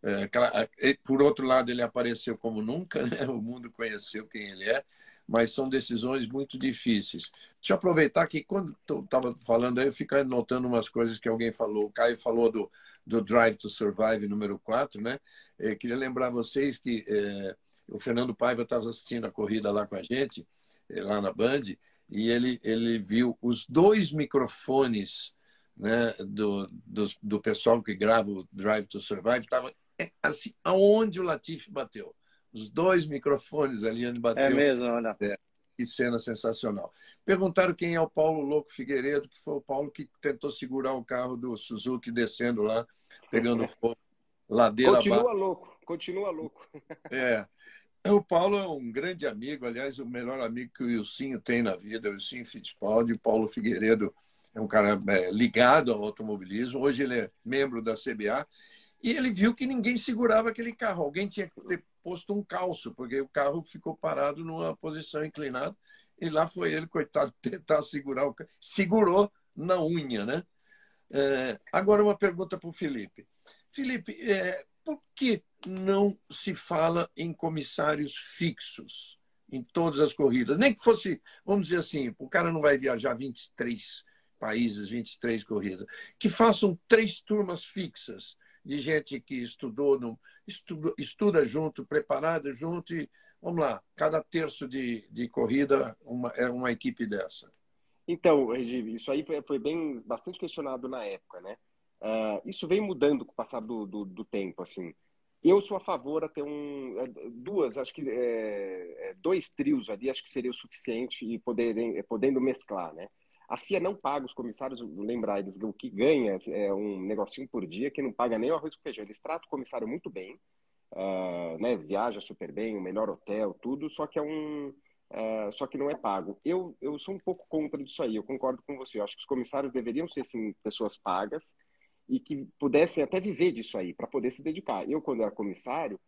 Por outro lado, ele apareceu como nunca, né? O mundo conheceu quem ele é, mas são decisões muito difíceis. Deixa eu aproveitar que, quando eu estava falando aí, eu fico anotando umas coisas que alguém falou. O Caio falou do Drive to Survive número 4, né? Queria lembrar vocês que o Fernando Paiva estava assistindo a corrida lá com a gente, lá na Band, e ele viu os 2 microfones, né, do pessoal que grava o Drive to Survive, estavam assim, aonde o Latifi bateu. Os 2 microfones ali onde bateu. É mesmo, olha. Que cena sensacional. Perguntaram quem é o Paulo Louco Figueiredo, que foi o Paulo que tentou segurar o carro do Suzuki descendo lá, pegando fogo, ladeira abaixo. Continua louco. O Paulo é um grande amigo, aliás, o melhor amigo que o Ilcinho tem na vida, o Ilcinho Fittipaldi. O Paulo Figueiredo é um cara ligado ao automobilismo. Hoje ele é membro da CBA. E ele viu que ninguém segurava aquele carro. Alguém tinha que ter posto um calço, porque o carro ficou parado numa posição inclinada. E lá foi ele, coitado, tentar segurar o carro. Segurou na unha, né? Agora uma pergunta para o Felipe. Felipe, por que não se fala em comissários fixos em todas as corridas? Nem que fosse, vamos dizer assim, o cara não vai viajar 23 países, 23 corridas. Que façam 3 turmas fixas de gente que estuda junto, preparada junto, e vamos lá, cada terço de corrida é uma equipe dessa. Então, Regi, isso aí foi bastante questionado na época, né? Isso vem mudando com o passar do tempo, assim. Eu sou a favor a ter acho que 2 trios ali, acho que seria o suficiente e podendo mesclar, né? A FIA não paga os comissários, lembrar eles, o que ganha é um negocinho por dia que não paga nem o arroz com feijão. Eles tratam o comissário muito bem, né? Viaja super bem, o melhor hotel, tudo, só que só que não é pago. Eu sou um pouco contra disso aí, eu concordo com você. Eu acho que os comissários deveriam ser, sim, pessoas pagas e que pudessem até viver disso aí, para poder se dedicar. Eu, quando era comissário,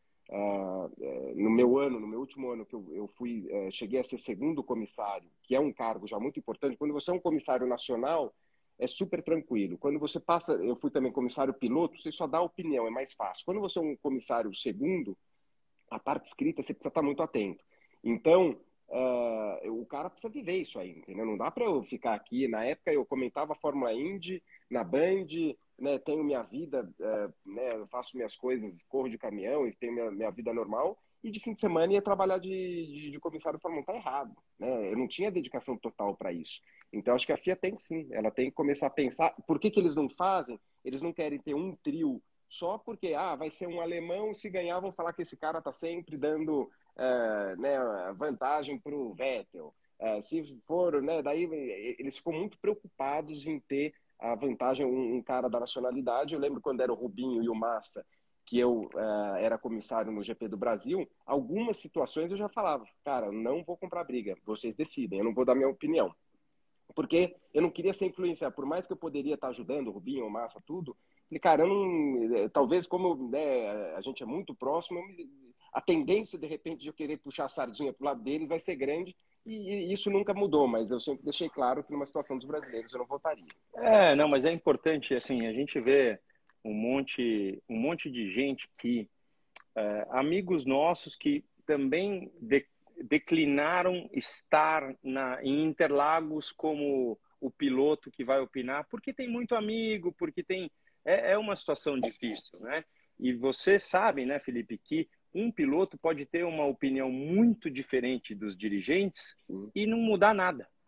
no meu último ano que eu cheguei a ser segundo comissário, que é um cargo já muito importante. Quando você é um comissário nacional, é super tranquilo. Quando você passa, eu fui também comissário piloto, você só dá opinião, é mais fácil. Quando você é um comissário segundo, a parte escrita você precisa estar muito atento. Então, o cara precisa viver isso aí, entendeu? Não dá para eu ficar aqui. Na época eu comentava a Fórmula Indy na Band, né, tenho minha vida, né, eu faço minhas coisas, corro de caminhão e tenho minha vida normal, e de fim de semana ia trabalhar de comissário de Fórmula 1. Tá errado, né? Eu não tinha dedicação total para isso. Então acho que a FIA tem que, sim, ela tem que começar a pensar. Por que eles não fazem? Eles não querem ter um trio só porque vai ser um alemão, se ganhar vão falar que esse cara tá sempre dando né, vantagem para o Vettel. Se for, né, daí eles ficam muito preocupados em ter a vantagem, um cara da nacionalidade. Eu lembro quando era o Rubinho e o Massa, que eu era comissário no GP do Brasil, algumas situações eu já falava, cara, não vou comprar briga, vocês decidem, eu não vou dar minha opinião. Porque eu não queria ser influenciado, por mais que eu poderia estar ajudando o Rubinho, o Massa, tudo, e, cara, talvez como, né, a gente é muito próximo, a tendência, de repente, de eu querer puxar a sardinha pro lado deles vai ser grande, e isso nunca mudou, mas eu sempre deixei claro que numa situação dos brasileiros eu não votaria. Não, mas é importante, assim, a gente vê um monte de gente que, amigos nossos que também declinaram estar em Interlagos como o piloto que vai opinar, porque tem muito amigo, porque é uma situação difícil, né? E você sabe, né, Felipe, que um piloto pode ter uma opinião muito diferente dos dirigentes. Sim. E não mudar nada.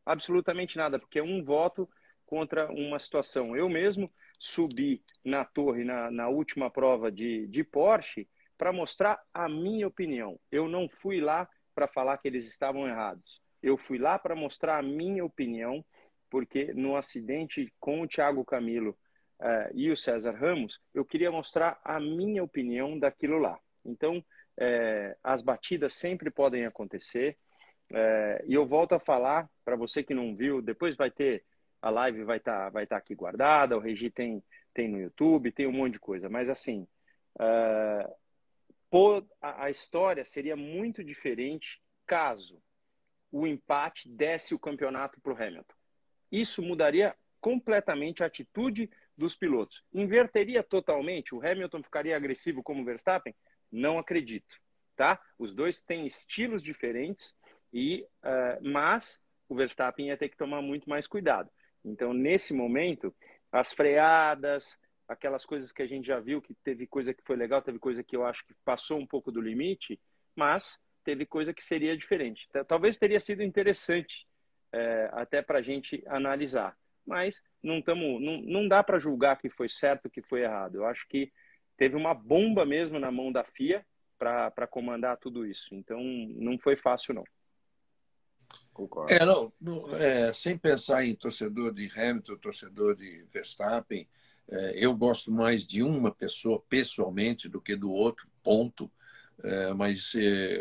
absolutamente nada, porque é um voto contra uma situação. Eu mesmo subi na torre na última prova de Porsche para mostrar a minha opinião. Eu não fui lá para falar que eles estavam errados. Eu fui lá para mostrar a minha opinião, porque no acidente com o Thiago Camilo e o César Ramos, eu queria mostrar a minha opinião daquilo lá. Então, as batidas sempre podem acontecer. E eu volto a falar, para você que não viu, depois vai ter, a live vai tá aqui guardada, o Regi tem no YouTube, tem um monte de coisa. Mas assim, a história seria muito diferente caso o empate desse o campeonato para o Hamilton. Isso mudaria completamente a atitude dos pilotos. Inverteria totalmente? O Hamilton ficaria agressivo como o Verstappen? Não acredito. Tá? Os dois têm estilos diferentes, mas o Verstappen ia ter que tomar muito mais cuidado. Então, nesse momento, as freadas, aquelas coisas que a gente já viu, que teve coisa que foi legal, teve coisa que eu acho que passou um pouco do limite, mas teve coisa que seria diferente. Talvez teria sido interessante até para a gente analisar, mas não dá para julgar que foi certo, que foi errado. Eu acho que teve uma bomba mesmo na mão da FIA para comandar tudo isso. Então, não foi fácil, não. Concordo. Sem pensar em torcedor de Hamilton, torcedor de Verstappen, eu gosto mais de uma pessoa pessoalmente do que do outro, ponto. Mas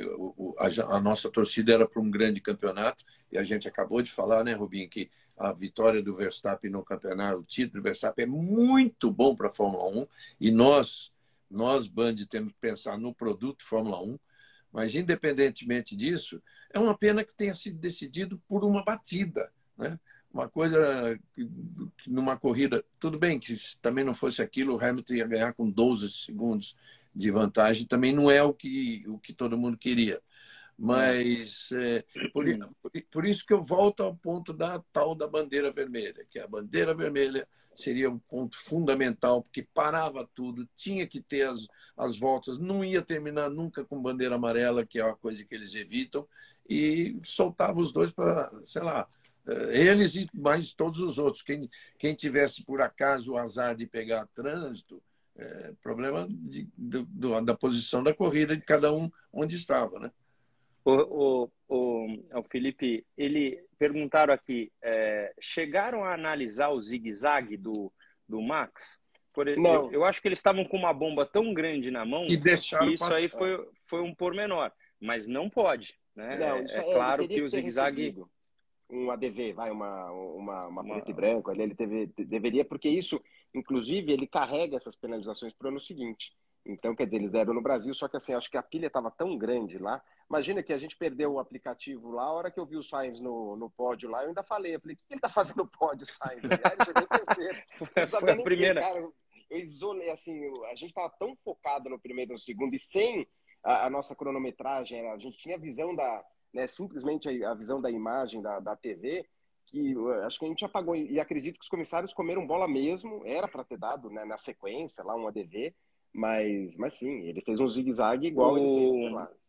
a nossa torcida era para um grande campeonato e a gente acabou de falar, né, Rubinho, que a vitória do Verstappen no campeonato, o título do Verstappen é muito bom para a Fórmula 1 e nós, Band, temos que pensar no produto Fórmula 1, mas independentemente disso, é uma pena que tenha sido decidido por uma batida, né? Uma coisa que numa corrida, tudo bem que se também não fosse aquilo, o Hamilton ia ganhar com 12 segundos de vantagem, também não é o que todo mundo queria. Mas por isso que eu volto ao ponto da tal da bandeira vermelha, que a bandeira vermelha seria um ponto fundamental, porque parava tudo, tinha que ter as voltas, não ia terminar nunca com bandeira amarela, que é uma coisa que eles evitam, e soltava os dois para, sei lá, eles e mais todos os outros. Quem tivesse, por acaso, o azar de pegar trânsito, problema da posição da corrida de cada um onde estava, né? O Felipe, perguntaram aqui, chegaram a analisar o zigue-zague do Max? Não. Eu acho que eles estavam com uma bomba tão grande na mão E deixaram que isso aí foi um pormenor, mas não pode, né? Não, isso claro ele teria que o zigue-zague... Um ADV, uma preto e branco, ele deveria, porque isso, inclusive, ele carrega essas penalizações para o ano seguinte. Então, quer dizer, eles deram no Brasil, só que assim, acho que a pilha estava tão grande lá. Imagina que a gente perdeu o aplicativo lá, a hora que eu vi o Sainz no pódio lá, eu ainda falei, o que ele está fazendo no pódio, Sainz? Ele chegou em terceiro. Não sabia nem primeira. cara, eu isolei, assim, a gente estava tão focado no primeiro e no segundo, e sem a nossa cronometragem, a gente tinha a visão simplesmente a visão da imagem da TV, que acho que a gente apagou. E acredito que os comissários comeram bola mesmo, era para ter dado, né, na sequência lá um ADV, mas sim, ele fez um zigue-zague igual ele fez lá.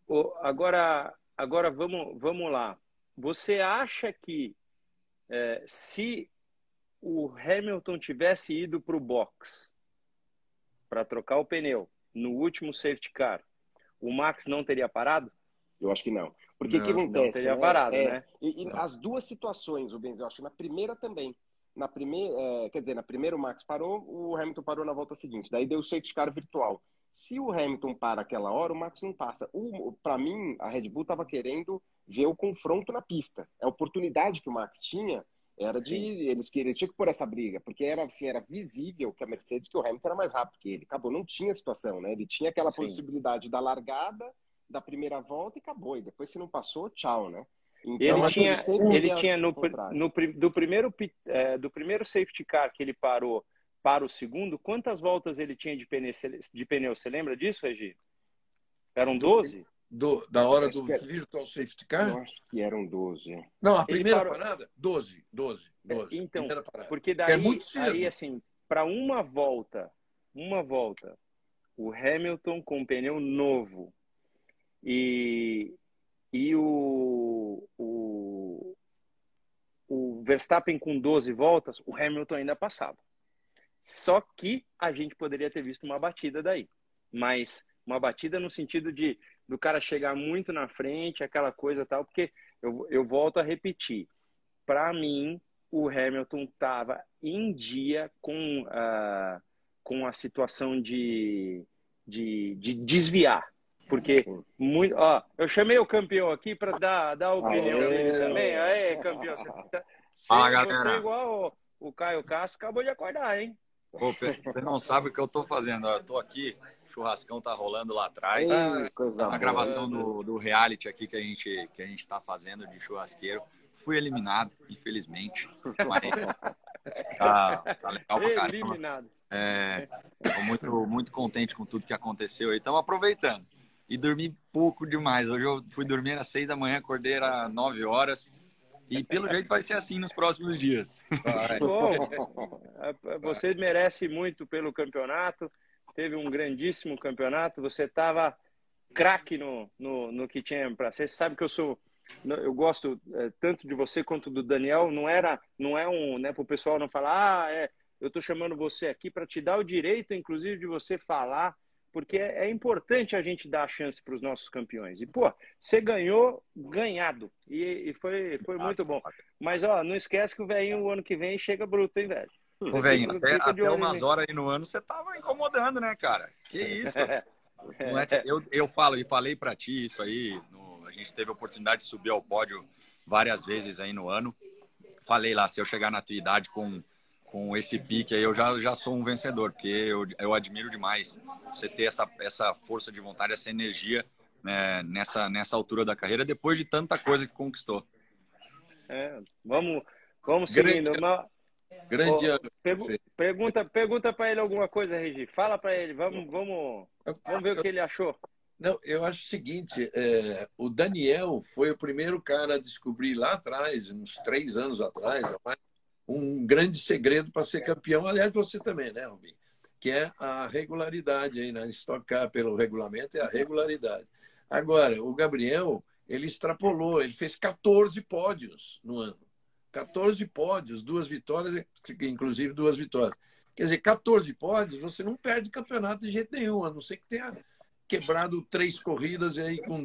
Agora vamos lá. Você acha que se o Hamilton tivesse ido para o box para trocar o pneu no último safety car, o Max não teria parado? Eu acho que não. Porque o que acontece? Não teria parado, né? E as duas situações, o Benz, eu acho que na primeira também. Na primeira o Max parou, o Hamilton parou na volta seguinte. Daí deu o safety car virtual. Se o Hamilton para aquela hora, o Max não passa. Para mim, a Red Bull estava querendo ver o confronto na pista. A oportunidade que o Max tinha era de... Eles tinham que pôr essa briga, porque era visível que a Mercedes, que o Hamilton era mais rápido que ele. Acabou, não tinha situação, né? Ele tinha aquela possibilidade da largada, da primeira volta e acabou. E depois, se não passou, tchau, né? Então, ele tinha do primeiro safety car que ele parou para o segundo, quantas voltas ele tinha de pneu? Você lembra disso, Regi? Eram 12? Da hora do Virtual Safety Car? Eu acho que eram 12. Não, a primeira parada? 12. Então, porque daí, aí, assim, para uma volta, o Hamilton com pneu novo e o Verstappen com 12 voltas, o Hamilton ainda passava. Só que a gente poderia ter visto uma batida daí. Mas uma batida no sentido do cara chegar muito na frente, aquela coisa tal, porque eu volto a repetir. Para mim, o Hamilton estava em dia com a situação de desviar. Porque muito, eu chamei o campeão aqui para dar a opinião dele também. Aê, campeão, você igual o Caio Castro acabou de acordar, hein? Pô, você não sabe o que eu tô fazendo. Eu tô aqui, o churrascão tá rolando lá atrás. A gravação do reality aqui que a gente tá fazendo de churrasqueiro. Fui eliminado, infelizmente. Mas tá legal pra caramba. Eliminado. Tô muito contente com tudo que aconteceu aí. Estamos aproveitando. E dormi pouco demais. Hoje eu fui dormir às 6 da manhã, acordei às 9 horas. E pelo jeito vai ser assim nos próximos dias. Bom, você merece muito pelo campeonato. Teve um grandíssimo campeonato. Você estava craque no que tinha para ser. Você sabe que eu gosto tanto de você quanto do Daniel. Não é para o pessoal não falar, eu estou chamando você aqui para te dar o direito, inclusive, de você falar, porque é importante a gente dar a chance para os nossos campeões. E, pô, você ganhou ganhado. E foi muito bom. Mas, não esquece que o velhinho, o ano que vem, chega bruto, hein, velho? Ô, velhinho, até umas horas aí no ano você tava incomodando, né, cara? Que isso? Eu falei para ti isso aí. A gente teve a oportunidade de subir ao pódio várias vezes aí no ano. Falei lá, se eu chegar na tua idade com esse pique aí, eu já sou um vencedor, porque eu admiro demais você ter essa força de vontade, essa energia, né, nessa altura da carreira, depois de tanta coisa que conquistou. Vamos seguindo. Grande ano. Pergunta para ele alguma coisa, Regi. Fala para ele. Vamos ver o que ele achou. Não, eu acho o seguinte, o Daniel foi o primeiro cara a descobrir lá atrás, uns 3 anos atrás, um grande segredo para ser campeão. Aliás, você também, né, Rubinho? Que é a regularidade aí, né? Stock Car pelo regulamento é a regularidade. Agora, o Gabriel, ele extrapolou, ele fez 14 pódios no ano. 14 pódios, 2 vitórias, inclusive 2 vitórias. Quer dizer, 14 pódios, você não perde campeonato de jeito nenhum, a não ser que tenha quebrado 3 corridas e aí com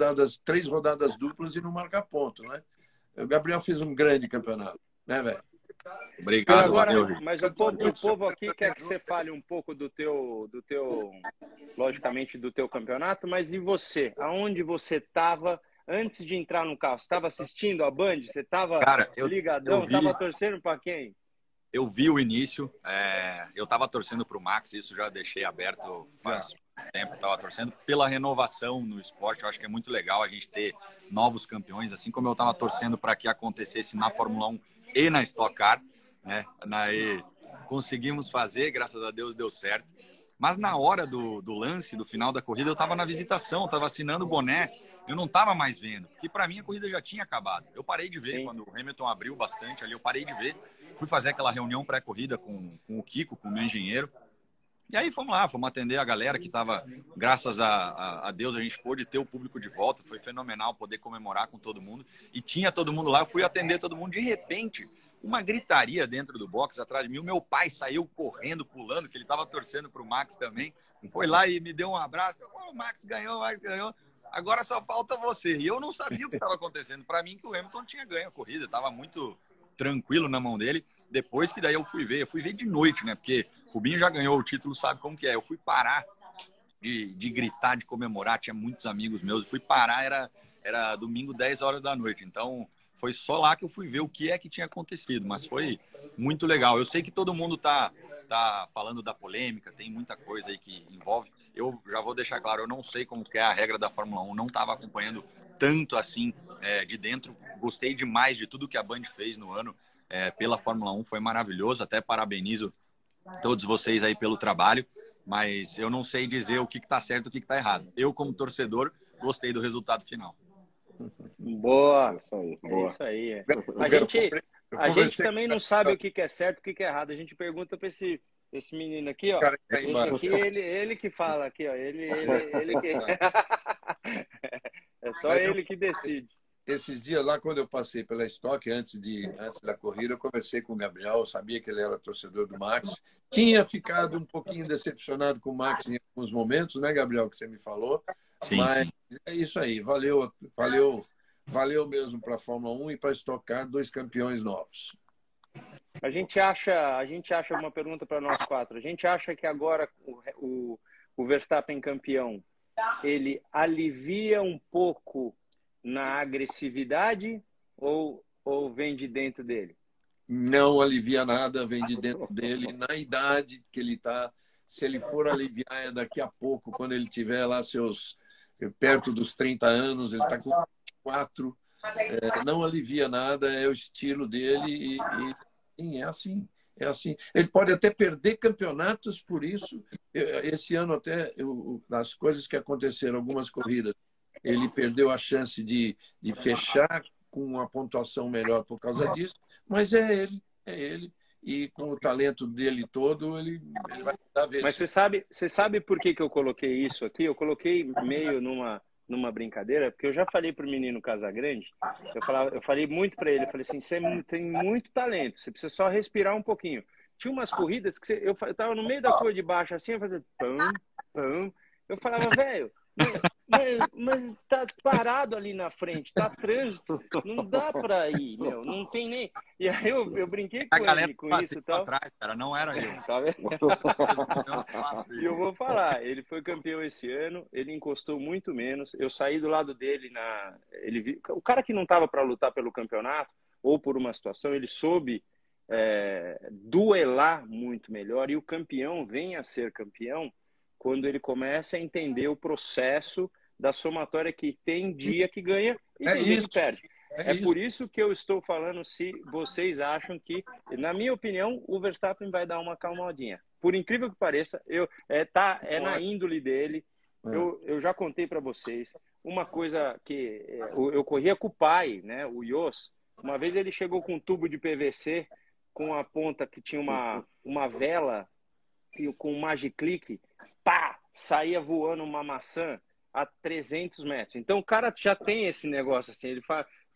3 rodadas duplas e não marcar ponto, né? O Gabriel fez um grande campeonato, né, velho? Obrigado, agora, mas o povo aqui quer que você fale um pouco do teu, logicamente, do teu campeonato, mas e você? Aonde você estava antes de entrar no carro? Você estava assistindo a Band? Você estava ligadão? Estava torcendo para quem? Eu vi o início, eu estava torcendo para o Max, isso já deixei aberto faz tempo, estava torcendo pela renovação no esporte. Eu acho que é muito legal a gente ter novos campeões, assim como eu estava torcendo para que acontecesse na Fórmula 1 e na Stock Car, né? Conseguimos fazer, graças a Deus deu certo. Mas na hora do lance, do final da corrida, eu estava na visitação, estava assinando o boné, eu não estava mais vendo, porque para mim a corrida já tinha acabado. Eu parei de ver. Sim. Quando o Hamilton abriu bastante ali, eu parei de ver. Fui fazer aquela reunião pré-corrida com o Kiko, com o meu engenheiro. E aí fomos atender a galera que estava, graças a Deus, a gente pôde ter o público de volta. Foi fenomenal poder comemorar com todo mundo. E tinha todo mundo lá, eu fui atender todo mundo. De repente, uma gritaria dentro do box atrás de mim. O meu pai saiu correndo, pulando, que ele estava torcendo para o Max também. Foi lá e me deu um abraço. O Max ganhou, agora só falta você. E eu não sabia o que estava acontecendo. Para mim, que o Hamilton tinha ganho a corrida, estava muito tranquilo na mão dele. Depois que daí eu fui ver de noite, né? Porque o Rubinho já ganhou o título, sabe como que é. Eu fui parar de gritar, de comemorar, tinha muitos amigos meus. Eu fui parar, era domingo, 10 horas da noite. Então, foi só lá que eu fui ver o que é que tinha acontecido. Mas foi muito legal. Eu sei que todo mundo tá falando da polêmica, tem muita coisa aí que envolve. Eu já vou deixar claro, eu não sei como que é a regra da Fórmula 1, não estava acompanhando tanto assim de dentro. Gostei demais de tudo que a Band fez no ano pela Fórmula 1, foi maravilhoso. Até parabenizo todos vocês aí pelo trabalho, mas eu não sei dizer o que está certo e o que está errado. Eu, como torcedor, gostei do resultado final. Boa, isso aí. Boa. Isso aí. A gente também não sabe o que é certo e o que é errado. A gente pergunta para esse menino aqui, ó. Esse aqui, ele que fala aqui, ó. Ele que... É só ele que decide. esses dias lá, quando eu passei pela estoque, antes da corrida, eu conversei com o Gabriel, eu sabia que ele era torcedor do Max. Tinha ficado um pouquinho decepcionado com o Max em alguns momentos, né, Gabriel, que você me falou. Sim, Mas sim. é isso aí, valeu mesmo para a Fórmula 1 e para estocar 2 campeões novos. A gente acha uma pergunta para nós 4. A gente acha que agora o Verstappen campeão, ele alivia um pouco na agressividade ou vem de dentro dele? Não alivia nada, vem de dentro dele, na idade que ele está. Se ele for aliviar, é daqui a pouco, quando ele tiver lá perto dos 30 anos, ele está com 24, não alivia nada, é o estilo dele sim, é assim. É assim. Ele pode até perder campeonatos por isso. Esse ano até, as coisas que aconteceram, algumas corridas, ele perdeu a chance de fechar com uma pontuação melhor por causa disso, mas é ele. E com o talento dele todo, ele vai dar vez. Mas você sabe por que eu coloquei isso aqui? Eu coloquei meio numa brincadeira, porque eu já falei para o menino Casagrande, eu falei muito para ele, eu falei assim, você tem muito talento, você precisa só respirar um pouquinho. Tinha umas corridas que eu estava no meio da curva de baixo, assim, eu fazia pam, pam. Eu falava, velho, mas tá parado ali na frente, tá trânsito, não dá para ir, meu, não tem nem... E aí eu brinquei com ele com isso e tal. Atrás, cara, não era eu. Tá vendo? E eu vou falar, ele foi campeão esse ano, ele encostou muito menos, eu saí do lado dele o cara que não estava para lutar pelo campeonato ou por uma situação, ele soube duelar muito melhor, e o campeão vem a ser campeão quando ele começa a entender o processo da somatória, que tem dia que ganha e tem dia que perde. É por isso que eu estou falando, se vocês acham que, na minha opinião, o Verstappen vai dar uma acalmadinha. Por incrível que pareça, na índole dele. Eu já contei para vocês uma coisa que eu corria com o pai, né, o Jos. Uma vez ele chegou com um tubo de PVC com a ponta que tinha uma vela e com um Magiclick, pá, saía voando uma maçã a 300 metros. Então o cara já tem esse negócio assim, ele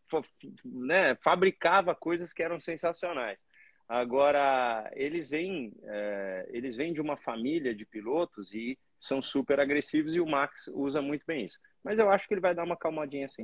fabricava coisas que eram sensacionais. Agora, eles vêm de uma família de pilotos e são super agressivos, e o Max usa muito bem isso. Mas eu acho que ele vai dar uma calmadinha assim.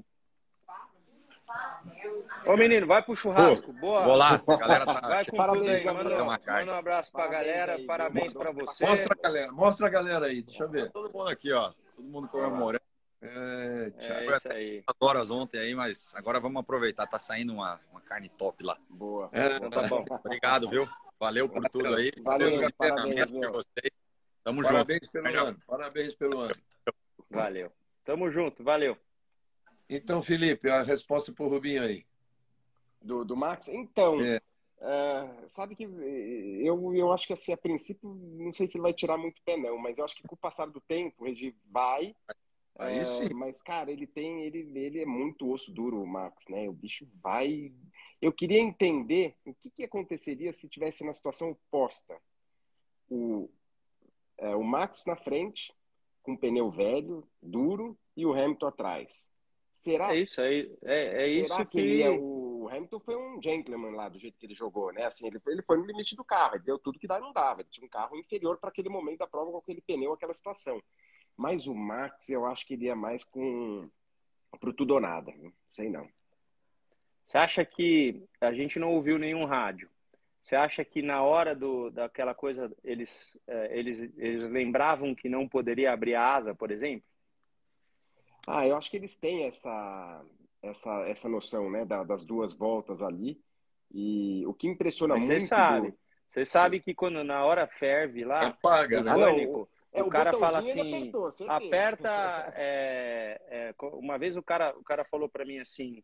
Ô menino, vai pro churrasco. Boa. Vou lá, a galera tá... Vai com tudo aí, manda um abraço pra galera, aí, parabéns pra você. Mostra a galera aí, deixa eu ver. Todo mundo aqui, ó, todo mundo comemorando. Isso aí. 4 horas ontem aí, mas agora vamos aproveitar, tá saindo uma carne top lá. Boa. Então tá bom. Obrigado, viu? Valeu por tudo aí. Valeu, parabéns de vocês. Tamo parabéns junto. Pelo ano. Parabéns pelo ano. Valeu. Tamo junto, valeu. Então, Felipe, a resposta pro Rubinho aí. Do Max? Então, sabe que eu acho que assim, a princípio, não sei se ele vai tirar muito pé não, mas eu acho que com o passar do tempo, ele vai. Aí sim. Mas, cara, ele é muito osso duro, o Max, né? O bicho vai... Eu queria entender o que aconteceria se tivesse na situação oposta. O Max na frente, com pneu velho, duro, e o Hamilton atrás. Será? É isso aí. Isso que o Hamilton foi um gentleman lá, do jeito que ele jogou, né? Assim, ele foi no limite do carro, ele deu tudo que dá e não dava. Ele tinha um carro inferior para aquele momento da prova, com aquele pneu, aquela situação. Mas o Max, eu acho que ele ia mais pro tudo ou nada. Não sei não. Você acha que a gente não ouviu nenhum rádio? Você acha que na hora daquela coisa eles lembravam que não poderia abrir a asa, por exemplo? Eu acho que eles têm essa noção, né, das 2 voltas ali. E o que impressiona muito... Você sabe que quando na hora ferve lá, apaga, né? Pânico, o cara fala assim, apertou, aperta... uma vez o cara falou para mim assim,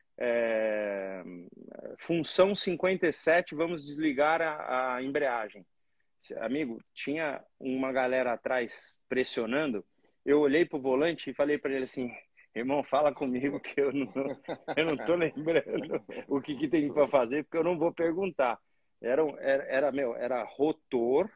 função 57, vamos desligar a embreagem. Amigo, tinha uma galera atrás pressionando. Eu olhei pro volante e falei para ele assim, irmão, fala comigo que eu não tô lembrando o que tem para fazer, porque eu não vou perguntar. Era rotor,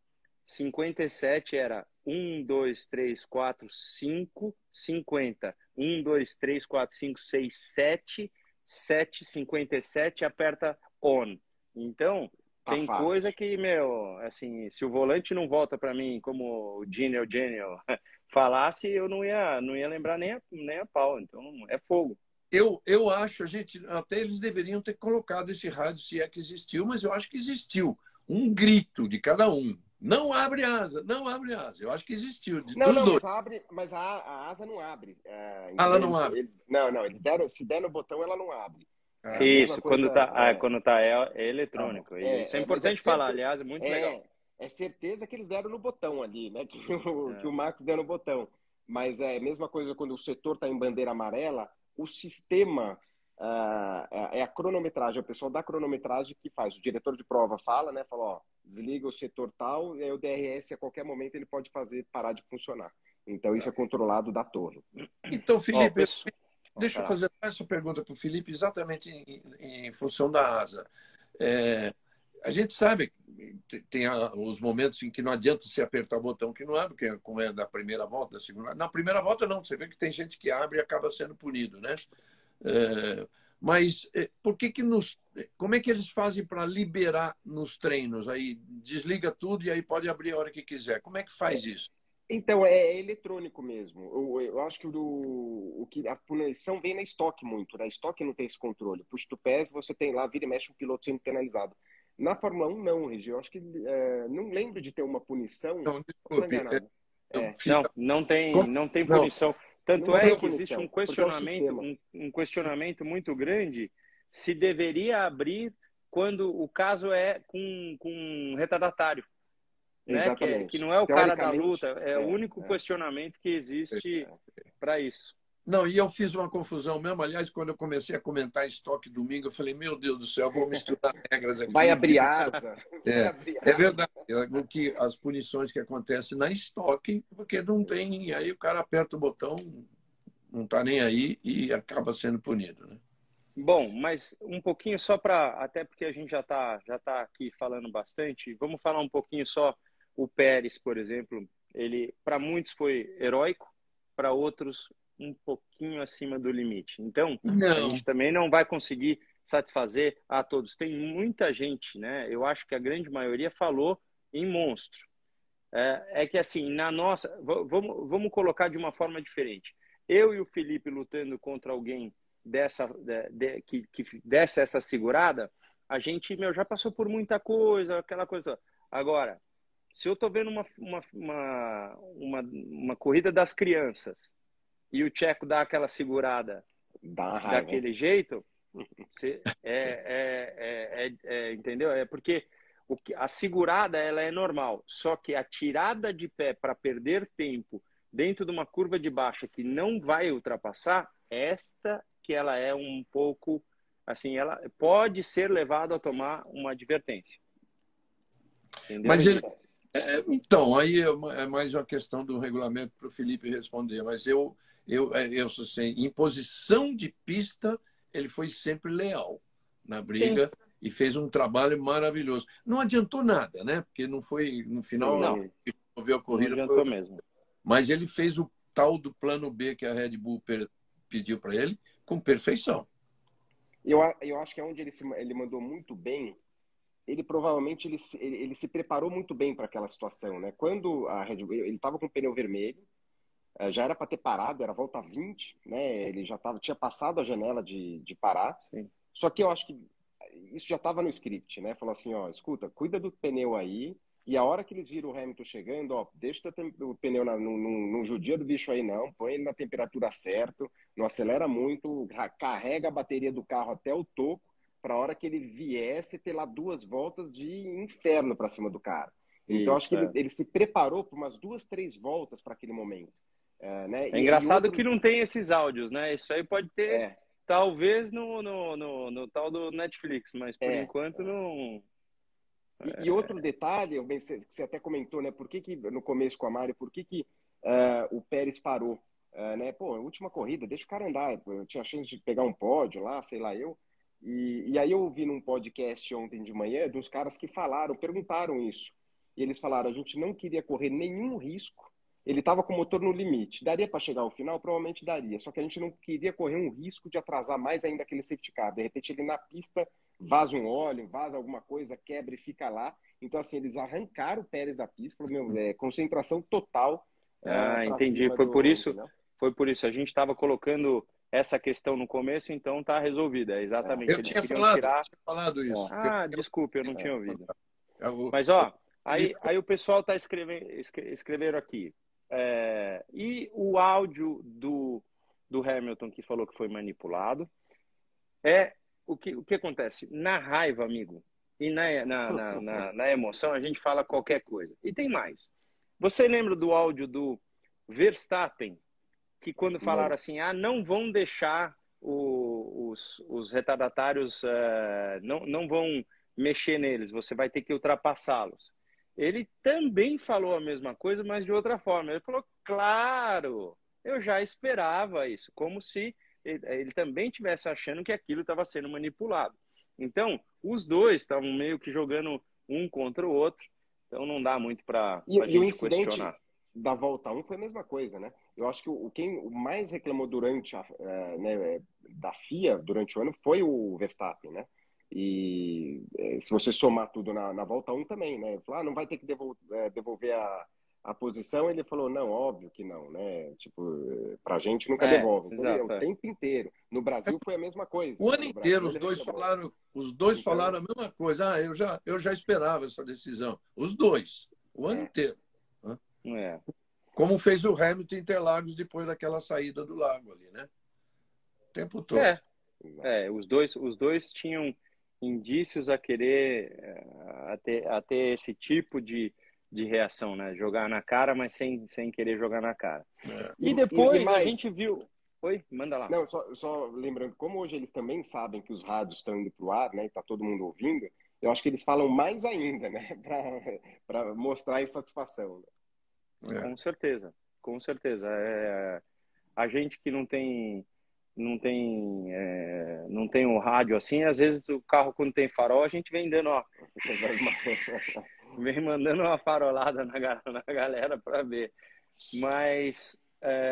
57 era 1, 2, 3, 4, 5, 50. 1, 2, 3, 4, 5, 6, 7, 7,57, aperta on. Então, Tá tem fácil. coisa que, meu, assim, se o volante não volta para mim como o Genial falasse, eu não ia lembrar nem a pau. Então, é fogo. Eu acho, até eles deveriam ter colocado esse rádio, se é que existiu, mas eu acho que existiu. Um grito de cada um. Não abre asa, não abre asa. Eu acho que existiu, Não, dos não, dois. mas a asa não abre. Ela não abre. Não, eles deram, se der no botão, ela não abre. É a mesma Isso, coisa, quando tá é eletrônico. Isso é mas importante falar, aliás, é muito legal. É certeza que eles deram no botão ali, né? Que o Max deu no botão. Mas é a mesma coisa quando o setor está em bandeira amarela, o sistema é a cronometragem, é o pessoal da cronometragem que faz. O diretor de prova fala, né? Fala, ó, desliga o setor tal, e aí o DRS a qualquer momento ele pode fazer parar de funcionar. Então isso é controlado da torre. Então, Felipe, deixa eu fazer essa pergunta para o Felipe, exatamente em função da asa. A gente sabe que tem os momentos em que não adianta se apertar o botão que não abre, porque como é da primeira volta, da segunda. Na primeira volta, não. Você vê que tem gente que abre e acaba sendo punido, né? Mas como é que eles fazem para liberar nos treinos? Aí desliga tudo e aí pode abrir a hora que quiser. Como é que faz isso? Então, é eletrônico mesmo. Eu acho que a punição vem na estoque muito. Na estoque não tem esse controle. Push to pass, você tem lá, vira e mexe um piloto sendo penalizado. Na Fórmula 1, não, Regi. Eu acho que não lembro de ter uma punição. Não, desculpe. Não tem punição. Tanto é que existe um questionamento muito grande se deveria abrir quando o caso é com retardatário. Né? Que não é o cara da luta, é o único questionamento que existe para isso. Não, e eu fiz uma confusão mesmo. Aliás, quando eu comecei a comentar estoque domingo, eu falei, meu Deus do céu, vou misturar regras aqui. Vai abrir asa. É verdade. As punições que acontecem na estoque, porque não tem, aí o cara aperta o botão, não está nem aí e acaba sendo punido, né? Bom, mas um pouquinho só até porque a gente já tá aqui falando bastante, vamos falar um pouquinho só. O Pérez, por exemplo, ele para muitos foi heróico, para outros um pouquinho acima do limite. Então, a gente também não vai conseguir satisfazer a todos. Tem muita gente, né? Eu acho que a grande maioria falou em monstro. É que assim, na nossa, vamos colocar de uma forma diferente. Eu e o Felipe lutando contra alguém que desse essa segurada, a gente, já passou por muita coisa, aquela coisa. Agora, se eu estou vendo uma corrida das crianças e o Checo dá aquela segurada daquele jeito, entendeu? É porque a segurada ela é normal, só que a tirada de pé para perder tempo dentro de uma curva de baixa que não vai ultrapassar, esta que ela é um pouco assim, ela pode ser levada a tomar uma advertência. Entendeu? Mas então, aí é mais uma questão do regulamento para o Felipe responder, mas eu assim, em posição de pista, ele foi sempre leal na briga. Sim. E fez um trabalho maravilhoso. Não adiantou nada, né? Porque não foi, no final, não viu a corrida. Não adiantou mesmo. Mas ele fez o tal do plano B que a Red Bull pediu para ele com perfeição. Eu acho que é onde ele mandou muito bem. Ele provavelmente ele se preparou muito bem para aquela situação, né? Quando a Red Bull, ele estava com o pneu vermelho, já era para ter parado, era a volta 20, né? Ele já tinha passado a janela de parar. Sim. Só que eu acho que isso já estava no script, né? Falou assim, ó, escuta, cuida do pneu aí, e a hora que eles viram o Hamilton chegando, ó, deixa o pneu não judia do bicho aí não, põe ele na temperatura certa, não acelera muito, carrega a bateria do carro até o toco, para a hora que ele viesse ter lá 2 voltas de inferno para cima do cara. Então, acho que ele se preparou por umas 2, 3 voltas para aquele momento. Né? É engraçado que não tem esses áudios, né? Isso aí pode ter, talvez, no tal do Netflix, mas por enquanto não... E outro detalhe, que você até comentou, né? Por que no começo com a Mari, por que o Pérez parou? Né? Pô, última corrida, deixa o cara andar. Eu tinha chance de pegar um pódio lá, sei lá eu. E aí eu ouvi num podcast ontem de manhã de uns caras que perguntaram isso. E eles falaram, a gente não queria correr nenhum risco ele estava com o motor no limite. Daria para chegar ao final? Provavelmente daria. Só que a gente não queria correr um risco de atrasar mais ainda aquele safety car. De repente, ele na pista vaza um óleo, vaza alguma coisa, quebra e fica lá. Então, assim, eles arrancaram o Pérez da pista. Falaram, concentração total. Entendi. Foi por isso. Foi por isso. A gente estava colocando essa questão no começo, então tá resolvida. Exatamente. Eu tinha falado isso. Desculpe, eu não tinha ouvido. Mas, ó, aí o pessoal tá escreveram aqui. E o áudio do Hamilton que falou que foi manipulado. O que acontece? Na raiva, amigo, e na emoção, a gente fala qualquer coisa. E tem mais. Você lembra do áudio do Verstappen, que quando falaram assim, não vão deixar os retardatários, não vão mexer neles, você vai ter que ultrapassá-los. Ele também falou a mesma coisa, mas de outra forma. Ele falou, claro, eu já esperava isso, como se ele também estivesse achando que aquilo estava sendo manipulado. Então, os dois estavam meio que jogando um contra o outro, então não dá muito para a gente questionar. Da volta 1 foi a mesma coisa, né? Eu acho que quem mais reclamou durante da FIA durante o ano foi o Verstappen, né? E se você somar tudo na volta 1 também, né? Falou, não vai ter que devolver a posição. Ele falou, não, óbvio que não, né? Tipo, pra gente nunca devolve. Então, o tempo inteiro. No Brasil foi a mesma coisa. O ano inteiro os dois falaram a mesma coisa. Eu já esperava essa decisão. Os dois. O ano inteiro. Como fez o Hamilton em Interlagos depois daquela saída do lago ali, né? O tempo todo. Os dois tinham indícios a querer a ter esse tipo de reação, né? Jogar na cara, mas sem querer jogar na cara. E depois a gente viu... Oi, manda lá. Não, só lembrando, como hoje eles também sabem que os rádios estão indo pro ar, né? E tá todo mundo ouvindo, eu acho que eles falam mais ainda, né? Para mostrar a insatisfação. Com certeza, com certeza. A gente que não tem um rádio assim, às vezes o carro quando tem farol, a gente vem dando, vem mandando uma farolada na galera para ver. Mas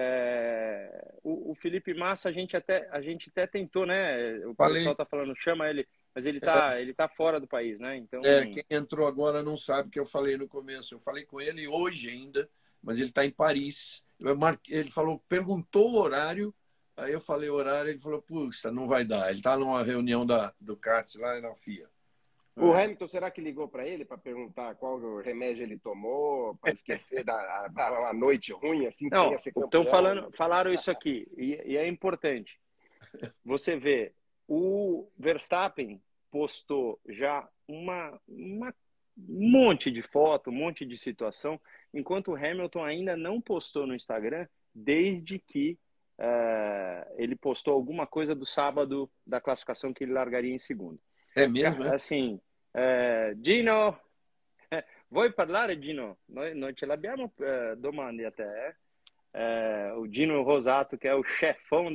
o Felipe Massa, a gente até tentou, né? O pessoal tá falando, chama ele, mas ele tá fora do país, né? Então quem entrou agora não sabe o que eu falei no começo. Eu falei com ele hoje ainda, mas ele está em Paris. Ele perguntou o horário, aí eu falei o horário, ele falou, puxa, não vai dar. Ele está numa reunião do kart lá na FIA. O Hamilton, será que ligou para ele para perguntar qual remédio ele tomou, para esquecer da uma noite ruim, assim, não, sem ser campeão? Então falaram isso aqui, e é importante. Você vê, o Verstappen postou já um monte de foto, um monte de situação, enquanto o Hamilton ainda não postou no Instagram, desde que ele postou alguma coisa do sábado da classificação que ele largaria em segundo. É mesmo? Assim, Gino, vuoi parlare, Gino? Noi ce l'abbiamo domande a te. O Gino Rosato, que é o chefão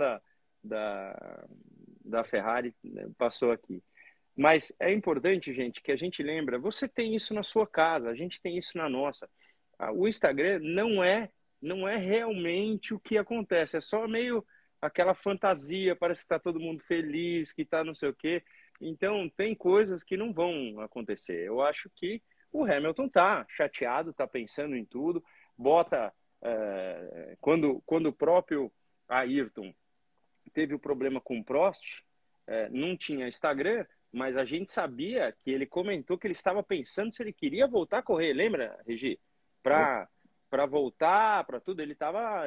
da Ferrari, passou aqui. Mas é importante, gente, que a gente lembra, você tem isso na sua casa, a gente tem isso na nossa. O Instagram não é realmente o que acontece, é só meio aquela fantasia, parece que está todo mundo feliz, que está não sei o quê. Então, tem coisas que não vão acontecer. Eu acho que o Hamilton tá chateado, tá pensando em tudo, bota... quando o próprio Ayrton teve o problema com o Prost, não tinha Instagram, mas a gente sabia que ele comentou que ele estava pensando se ele queria voltar a correr. Lembra, Regi? Para voltar, para tudo, ele estava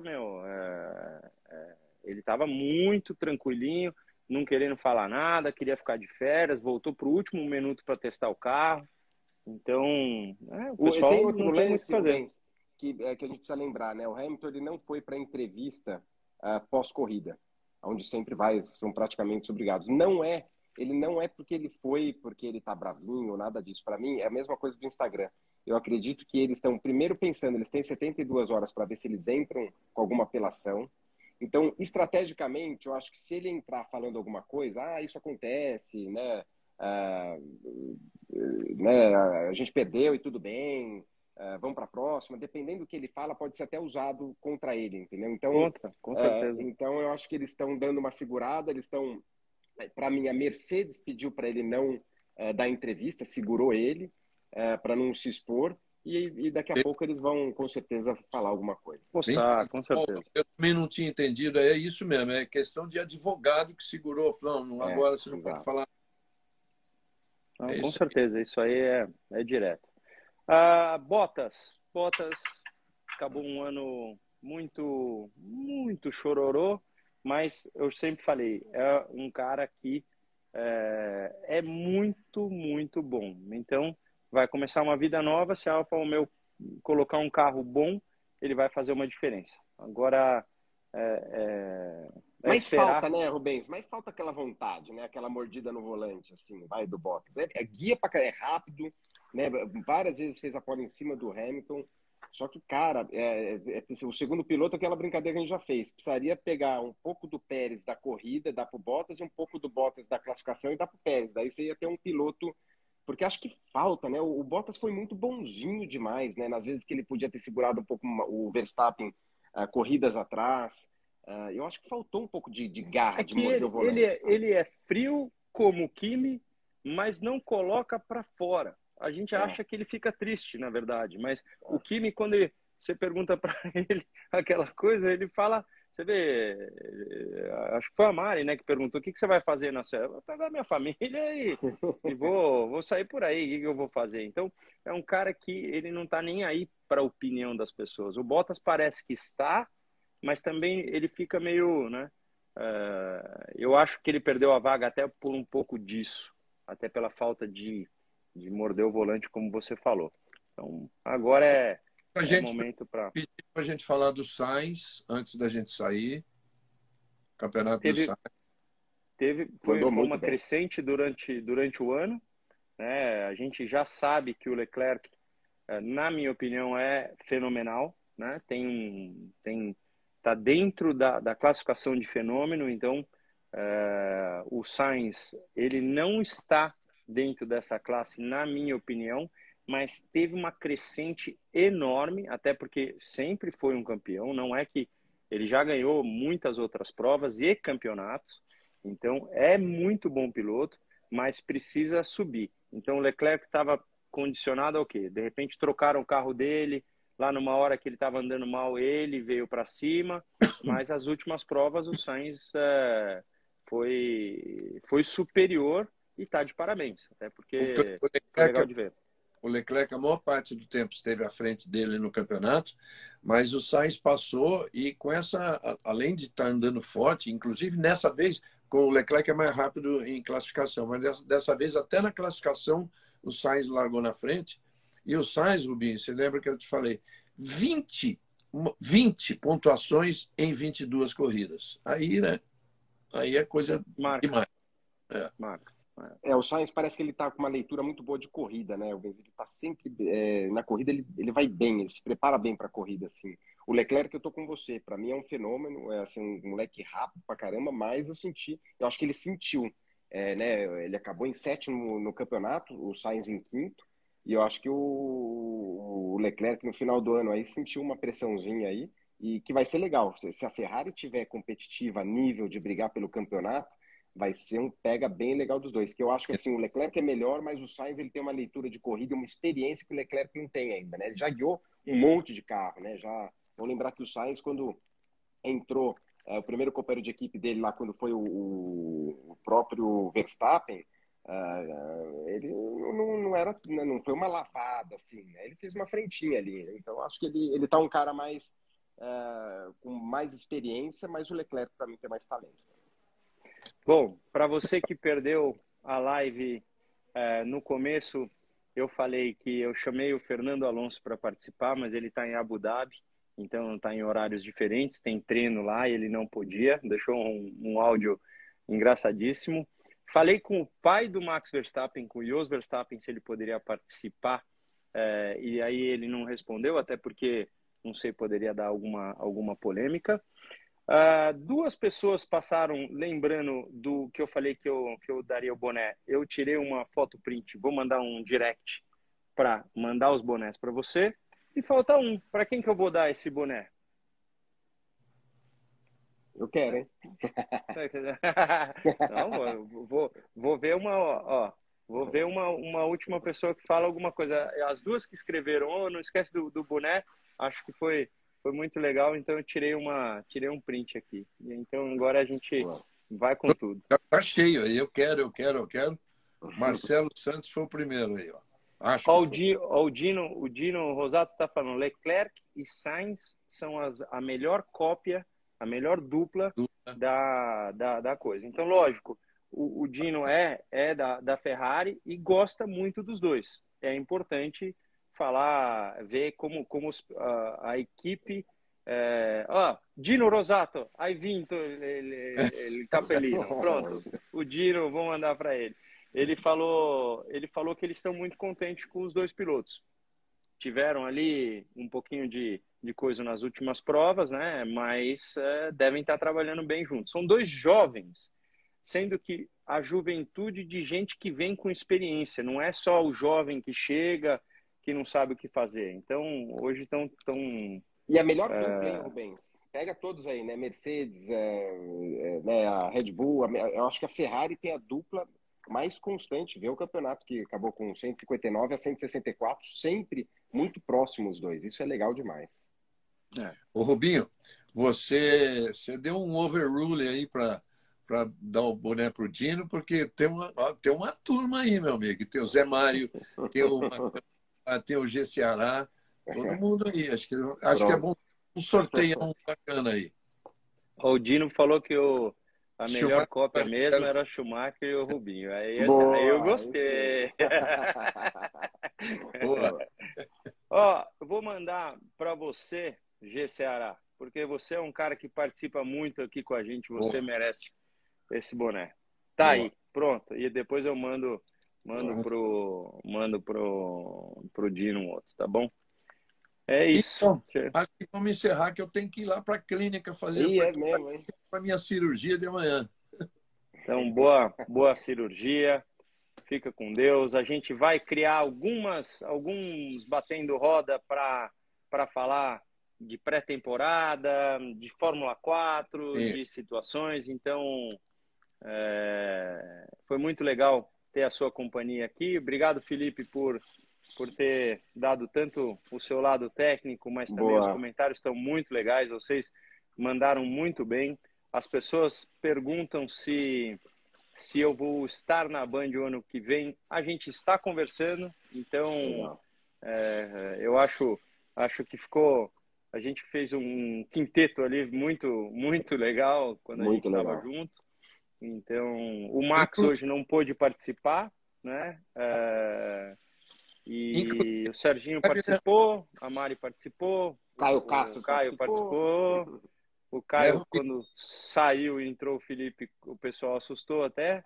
muito tranquilinho, não querendo falar nada, queria ficar de férias, voltou para o último minuto para testar o carro. Então, o pessoal tem outro não tem muito o que fazer. Que a gente precisa lembrar, né? O Hamilton ele não foi para entrevista pós-corrida, onde sempre são praticamente obrigados. Ele não é porque ele foi, porque ele tá bravinho, ou nada disso. Para mim, é a mesma coisa do Instagram. Eu acredito que eles estão primeiro pensando, eles têm 72 horas para ver se eles entram com alguma apelação. Então, estrategicamente, eu acho que se ele entrar falando alguma coisa, isso acontece, né? A gente perdeu e tudo bem. vamos para a próxima. Dependendo do que ele fala, pode ser até usado contra ele, entendeu? Então, com certeza. Então eu acho que eles estão dando uma segurada, eles estão... Para mim, a Mercedes pediu para ele não dar entrevista, segurou ele para não se expor, e daqui a pouco eles vão, com certeza, falar alguma coisa. Postar, com certeza. Eu também não tinha entendido, é isso mesmo, é questão de advogado que segurou, falou, agora você não pode falar. Não, com certeza, isso aí é direto. Bottas acabou um ano muito, muito chororô, mas eu sempre falei, é um cara que é muito, muito bom. Então, vai começar uma vida nova, se a Alfa Romeo colocar um carro bom, ele vai fazer uma diferença. Agora, mas esperar... falta, né, Rubens? Mas falta aquela vontade, né? Aquela mordida no volante, assim, vai do Bottas. Guia é rápido, né? Várias vezes fez a pole em cima do Hamilton. Só que, cara, o segundo piloto, aquela brincadeira que a gente já fez. Precisaria pegar um pouco do Pérez da corrida, dar pro Bottas, e um pouco do Bottas da classificação e dar pro Pérez. Daí você ia ter um piloto... Porque acho que falta, né? O Bottas foi muito bonzinho demais, né? Nas vezes que ele podia ter segurado um pouco o Verstappen corridas atrás. Eu acho que faltou um pouco de garra, de morder o volante. Ele é frio como o Kimi, mas não coloca para fora. A gente acha que ele fica triste, na verdade. Mas o Kimi, quando você pergunta para ele aquela coisa, ele fala... Você vê, acho que foi a Mari, né, que perguntou o que você vai fazer na sua... Eu vou pegar minha família e vou sair por aí, o que eu vou fazer? Então, é um cara que ele não está nem aí para a opinião das pessoas. O Bottas parece que está, mas também ele fica meio, né? Eu acho que ele perdeu a vaga até por um pouco disso, até pela falta de morder o volante, como você falou. Então, agora é momento para... Pedir para a gente falar do Sainz antes da gente sair. Campeonato do Sainz. Foi uma crescente durante o ano. Né? A gente já sabe que o Leclerc, na minha opinião, é fenomenal. Né? Tá dentro da classificação de fenômeno. Então, o Sainz ele não está dentro dessa classe, na minha opinião, mas teve uma crescente enorme, até porque sempre foi um campeão, não é que ele já ganhou muitas outras provas e campeonatos, então é muito bom piloto, mas precisa subir. Então o Leclerc estava condicionado ao quê? De repente trocaram o carro dele, lá numa hora que ele estava andando mal, ele veio para cima, mas as últimas provas o Sainz foi superior e está de parabéns, até porque foi legal de ver. O Leclerc, a maior parte do tempo, esteve à frente dele no campeonato, mas o Sainz passou e com essa, além de estar andando forte, inclusive nessa vez, com o Leclerc é mais rápido em classificação, mas dessa vez, até na classificação, o Sainz largou na frente. E o Sainz, Rubinho, você lembra que eu te falei, 20 pontuações em 22 corridas. Aí, né? Aí é coisa demais. Marca. O Sainz parece que ele está com uma leitura muito boa de corrida, né? Ele está sempre na corrida, ele vai bem, ele se prepara bem para a corrida, assim. O Leclerc, eu tô com você, para mim é um fenômeno, é assim, um moleque rápido pra caramba, mas eu acho que ele sentiu, né? Ele acabou em sétimo no campeonato, o Sainz em quinto, e eu acho que o Leclerc no final do ano aí sentiu uma pressãozinha aí, e que vai ser legal. Se a Ferrari tiver competitiva a nível de brigar pelo campeonato, vai ser um pega bem legal dos dois. Que eu acho que assim, o Leclerc é melhor, mas o Sainz ele tem uma leitura de corrida, uma experiência que o Leclerc não tem ainda, né? Ele já guiou um monte de carro, né? Vou lembrar que o Sainz, quando entrou o primeiro companheiro de equipe dele lá, quando foi o próprio Verstappen, ele não foi uma lavada, assim, né? Ele fez uma frentinha ali. Então, acho que ele tá um cara mais com mais experiência, mas o Leclerc, para mim, tem mais talento. Bom, para você que perdeu a live no começo, eu falei que eu chamei o Fernando Alonso para participar, mas ele está em Abu Dhabi, então está em horários diferentes, tem treino lá e ele não podia, deixou um áudio engraçadíssimo. Falei com o pai do Max Verstappen, com o Jos Verstappen, se ele poderia participar, e aí ele não respondeu, até porque, não sei, poderia dar alguma polêmica. Duas pessoas passaram lembrando do que eu falei que eu daria o boné. Eu tirei uma foto print, vou mandar um direct para mandar os bonés para você. E falta um. Para quem que eu vou dar esse boné? Eu quero, hein? Não, vou ver vou ver uma última pessoa que fala alguma coisa. As duas que escreveram, não esquece do boné, acho que foi muito legal, então eu tirei um print aqui. Então agora a gente vai com tudo. Tá cheio aí, eu quero. Marcelo Santos foi o primeiro aí, ó. Acho Ó, que o Dino Rosato está falando, Leclerc e Sainz são a melhor cópia, a melhor dupla da coisa. Então, lógico, o Dino é da Ferrari e gosta muito dos dois. É importante ver como a equipe... Dino Rosato, hai vinto il cappellino. Pronto, o Dino, vou mandar para ele. Ele falou que eles estão muito contentes com os dois pilotos. Tiveram ali um pouquinho de coisa nas últimas provas, né? Mas devem estar trabalhando bem juntos. São dois jovens, sendo que a juventude de gente que vem com experiência, não é só o jovem que chega, que não sabe o que fazer. Então, hoje estão... E a melhor dupla, hein, Rubens? Pega todos aí, né? Mercedes, né? A Red Bull, eu acho que a Ferrari tem a dupla mais constante, vê o campeonato que acabou com 159 a 164, sempre muito próximo os dois. Isso é legal demais. Ô, Rubinho, você deu um overrule aí para dar o boné pro Dino, porque tem uma turma aí, meu amigo. Tem o Zé Mário, tem o G Ceará, todo mundo aí. Acho que é bom um sorteio bacana aí. O Dino falou que a melhor cópia mesmo era o Schumacher e o Rubinho. Aí eu gostei. Ó, eu vou mandar para você, G Ceará, porque você é um cara que participa muito aqui com a gente. Você merece esse boné. Tá aí, pronto. E depois eu mando pro Dino um outro, tá bom? É isso. Então, acho que vamos encerrar, que eu tenho que ir lá para a clínica fazer a minha cirurgia de amanhã. Então, boa cirurgia. Fica com Deus. A gente vai criar alguns batendo roda para falar de pré-temporada, de Fórmula 4, de situações. Então, foi muito legal ter a sua companhia aqui. Obrigado, Felipe, por ter dado tanto o seu lado técnico, mas também os comentários estão muito legais. Vocês mandaram muito bem. As pessoas perguntam se eu vou estar na Band o ano que vem. A gente está conversando, então eu acho que ficou... A gente fez um quinteto ali muito, muito legal quando a gente estava junto. Então, o Max hoje não pôde participar, né? E o Serginho participou, a Mari participou, Caio Castro participou. O Caio, quando saiu e entrou o Felipe, o pessoal assustou até.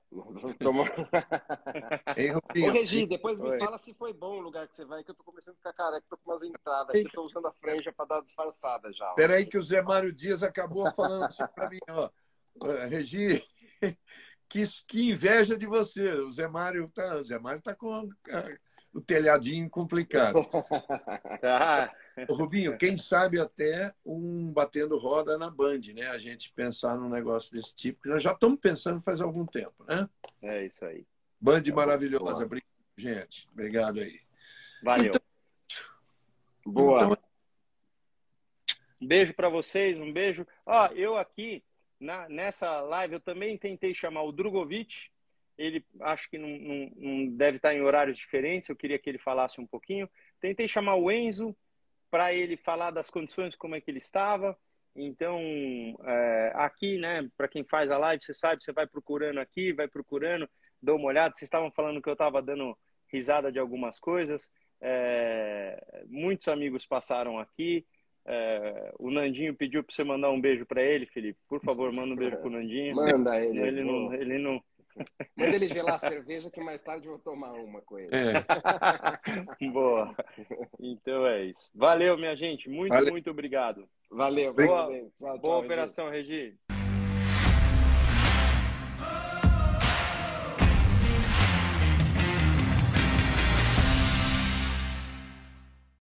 Ô, Regi, depois me fala se foi bom o lugar que você vai, que eu tô começando a ficar careca, tô com umas entradas aqui, tô usando a franja para dar disfarçada já. Peraí que o Zé Mário Dias acabou falando assim para mim, ó. Regi, que inveja de você. O Zé Mário tá com o telhadinho complicado. Tá. Rubinho, quem sabe até um batendo roda na Band, né? A gente pensar num negócio desse tipo, que nós já estamos pensando faz algum tempo, né? É isso aí. Band maravilhosa. Obrigado, gente. Obrigado aí. Valeu. Boa. Então... Um beijo para vocês, um beijo. Eu aqui, nessa live, eu também tentei chamar o Drogovic. Ele acho que não deve estar em horários diferentes, eu queria que ele falasse um pouquinho. Tentei chamar o Enzo para ele falar das condições, como é que ele estava. Então, aqui, né, para quem faz a live, você sabe, você vai procurando aqui, vai procurando, dá uma olhada. Vocês estavam falando que eu estava dando risada de algumas coisas. Muitos amigos passaram aqui. O Nandinho pediu para você mandar um beijo para ele, Felipe. Por favor, manda um beijo para o Nandinho. Manda ele. Ele não... Manda ele gelar a cerveja que mais tarde eu vou tomar uma com ele. Boa. Então é isso. Valeu, minha gente. Muito obrigado. Valeu. Boa Tchau, operação, Regi.